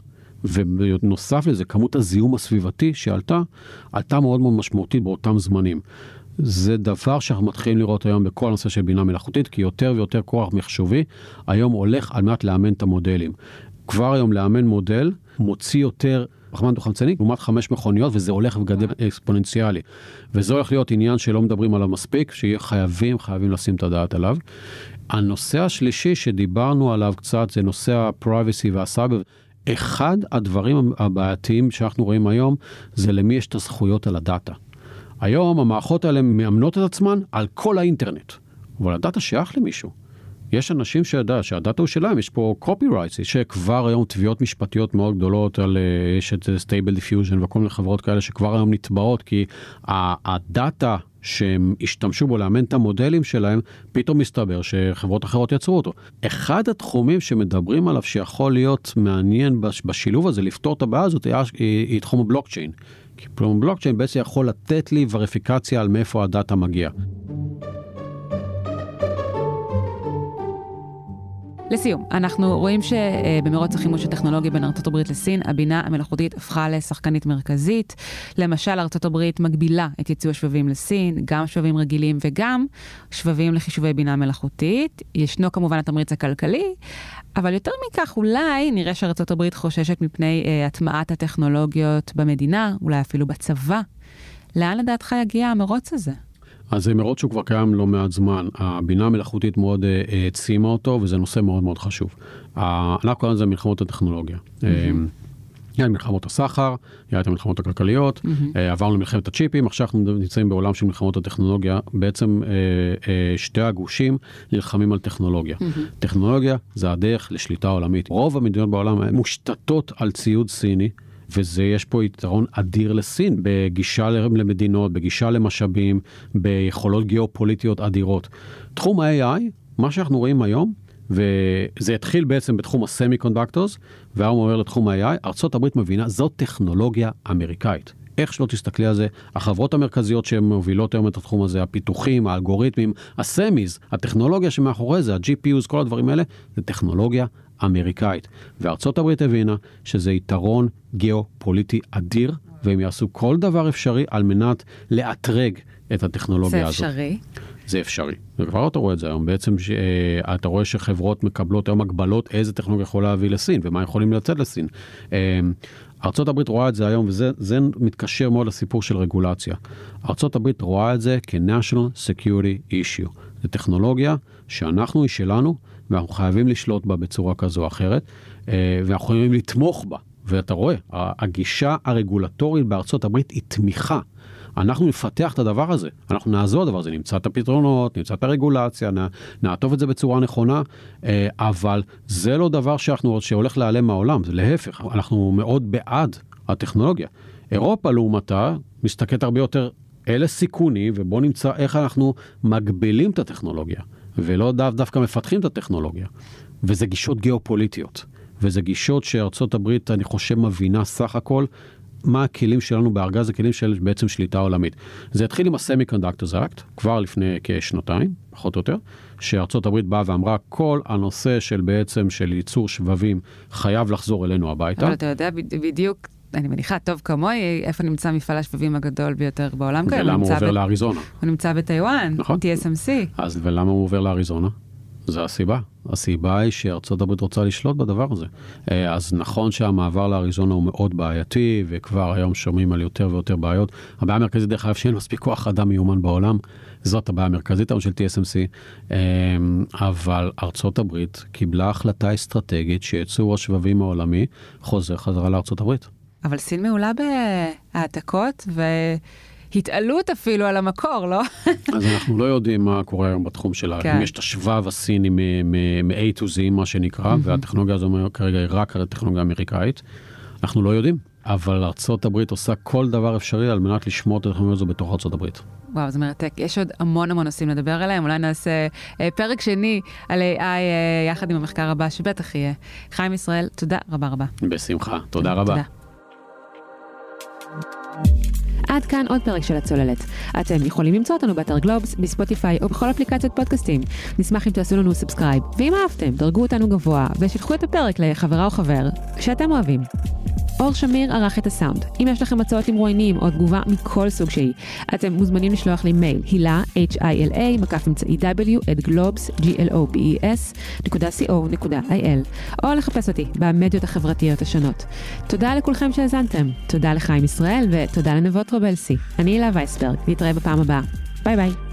ונוסף לזה, כמות הזיהום הסביבתי שעלתה, עלתה מאוד מאוד משמעותית באותם זמנים. זה דבר שאנחנו מתחילים לראות היום בכל הנושא של בינה מלאכותית, כי יותר ויותר כוח מחשובי, היום הולך על מנת לאמן את המודלים. כבר היום לאמן מודל, מוציא יותר פחמן דו-חמצני, לעומת חמש מכוניות, וזה הולך וגדל אקספוננציאלי. וזה הולך להיות עניין שלא מדברים עליו מספיק, שיהיה חייבים, חייבים לשים את הדעת עליו. הנושא השלישי שדיברנו עליו קצת, זה נושא הפרייבסי והסייבר. אחד הדברים הבעייתיים שאנחנו רואים היום, זה למי יש את הזכויות על הדאטה. היום המערכות האלה מאמנות את עצמן על כל האינטרנט, אבל הדאטה שייך למישהו. יש אנשים שידע שהדאטה הוא שלהם, יש פה copyrights, יש כבר היום תביעות משפטיות מאוד גדולות על, יש את Stable Diffusion וכל מיני חברות כאלה שכבר היום נתבעות, כי הדאטה שהם השתמשו בו לאמן את המודלים שלהם, פתאום מסתבר שחברות אחרות יצרו אותו. אחד התחומים שמדברים עליו שיכול להיות מעניין בשילוב הזה, לפתור את הבעיה הזאת, היא תחום הבלוקצ'יין. כי תחום הבלוקצ'יין בעצם יכול לתת לי וריפיקציה על מאיפה הדאטה מגיע. לסיום, אנחנו רואים שבמרוץ החימוש הטכנולוגי בין ארצות הברית לסין, הבינה המלאכותית הפכה לשחקנית מרכזית. למשל, ארצות הברית מגבילה את ייצוא השבבים לסין, גם שבבים רגילים וגם שבבים לחישובי בינה מלאכותית. ישנו כמובן התמריץ הכלכלי, אבל יותר מכך, אולי נראה שארצות הברית חוששת מפני אה, הטמעת הטכנולוגיות במדינה, אולי אפילו בצבא. לאן לדעתך יגיע המרוץ הזה? אז זה מרוץ שהוא כבר קיים לא מעט זמן. הבינה המלאכותית מאוד העצימה אותו, וזה נושא מאוד מאוד חשוב. אנחנו קוראים לזה מלחמות הטכנולוגיה. היה מלחמות הסחר, היה את המלחמות הכלכליות, עברנו למלחמת הצ'יפים, עכשיו אנחנו נמצאים בעולם של מלחמות הטכנולוגיה, בעצם שתי הגושים נלחמים על טכנולוגיה. טכנולוגיה זה הדרך לשליטה עולמית. רוב המדינות בעולם מושתתות על ציוד סיני, וזה יש פה יתרון אדיר לסין, בגישה למדינות, בגישה למשאבים, ביכולות גיאופוליטיות אדירות. תחום ה-איי איי, מה שאנחנו רואים היום, וזה התחיל בעצם בתחום הסמי-קונדקטורס, והיום עובר לתחום ה-איי איי, ארצות הברית מבינה, זו טכנולוגיה אמריקאית. איך שלא תסתכלי על זה, החברות המרכזיות שהן מובילות היום את התחום הזה, הפיתוחים, האלגוריתמים, הסמיז, הטכנולוגיה שמאחורי זה, ה-ג'י פי יו's, כל הדברים האלה, זה טכנולוגיה אמריקאית. וארצות הברית הבינה שזה יתרון גיאופוליטי אדיר, והם יעשו כל דבר אפשרי על מנת לאתרג את הטכנולוגיה הזאת. זה אפשרי? זה אפשרי. וכבר אתה רואה את זה היום. בעצם ש... אתה רואה שחברות מקבלות היום הגבלות איזה טכנולוגיה יכולה להביא לסין, ומה יכולים לצאת לסין. ארצות הברית רואה את זה היום, וזה זה מתקשר מאוד לסיפור של רגולציה. ארצות הברית רואה את זה כ-National Security Issue. זה טכנולוגיה שאנחנו היא שלנו, ואנחנו חייבים לשלוט בה בצורה כזו או אחרת, ואנחנו חייבים לתמוך בה. ואתה רואה, הגישה הרגולטורית בארצות הברית היא תמיכה. אנחנו נפתח את הדבר הזה, אנחנו נעזור הדבר הזה, נמצא את הפתרונות, נמצא את הרגולציה, נעטוף את זה בצורה נכונה, אבל זה לא דבר שאנחנו, שהולך להיעלם מהעולם, זה להפך, אנחנו מאוד בעד הטכנולוגיה. אירופה לעומתה מסתכלת הרבה יותר, אלה סיכונים, ובוא נמצא איך אנחנו מגבילים את הטכנולוגיה, ולא דו, דווקא מפתחים את הטכנולוגיה. וזה גישות גיאופוליטיות, וזה גישות שארצות הברית, אני חושב, מבינה סך הכל, מה הכלים שלנו בארגז, זה כלים של בעצם שליטה עולמית. זה התחיל עם ה-Semiconductors Act, כבר לפני כשנתיים, פחות או יותר, שארצות הברית באה ואמרה, כל הנושא של בעצם של ייצור שבבים חייב לחזור אלינו הביתה. אבל אתה יודע בדיוק, אני מניחה, טוב כמוי, איפה נמצא מפעל השבבים הגדול ביותר בעולם? ולמה הוא עובר לאריזונה? הוא נמצא בטיואן, נכון. טי אס אם סי. אז ולמה הוא עובר לאריזונה? זה הסיבה. הסיבה היא שארצות הברית רוצה לשלוט בדבר הזה. אז נכון שהמעבר לאריזונה הוא מאוד בעייתי, וכבר היום שומעים על יותר ויותר בעיות. הבעיה המרכזית דרך אגב שאין מספיק כוח אדם מיומן בעולם, זאת הבעיה המרכזית היום של טי אס אם סי, אבל ארצות הברית קיבלה החלטה אסטרטגית שייצור השבבים העולמי חוזר חזרה לארצות הברית. אבל סין מעולה בהעתקות ו... התעלות אפילו על המקור, לא? אז אנחנו לא יודעים מה קורה היום בתחום שלה. כן. אם יש את השבב הסיני מ-A to Z, מה שנקרא, והטכנולוגיה הזו כרגע היא רק הטכנולוגיה האמריקאית, אנחנו לא יודעים. אבל ארצות הברית עושה כל דבר אפשרי על מנת לשמור את הטכנולוגיה הזו בתוך ארצות הברית. וואו, זה מרתק. יש עוד המון המון נושאים לדבר עליהם. אולי נעשה אה, פרק שני על איי איי אה, יחד עם המחקר הבא, שבטח יהיה. חיים ישראל, תודה רבה רבה. בשמחה. תודה רבה. תודה. עד כאן עוד פרק של הצוללת. אתם יכולים למצוא אותנו באתר גלובס, בספוטיפיי או בכל אפליקציות פודקאסטים. נשמח אם תעשו לנו סאבסקרייב, ואם אהבתם, דרגו אותנו גבוה ושלחו את הפרק לחברה או חבר שאתם אוהבים. אור שמיר ערך את הסאונד. אם יש לכם הצעות למרואיינים או תגובה מכל סוג שהיא, אתם מוזמנים לשלוח לי מייל, הילה, H I L A, מקף אמצעי W, at globes, G L O B E S, נקודה C O נקודה I L, או לחפש אותי במדיות החברתיות השונות. תודה לכולכם שהזנתם, תודה לחיים ישראל ותודה לנבות רובלסי. אני הילה וייסברג, נתראה בפעם הבאה. ביי ביי.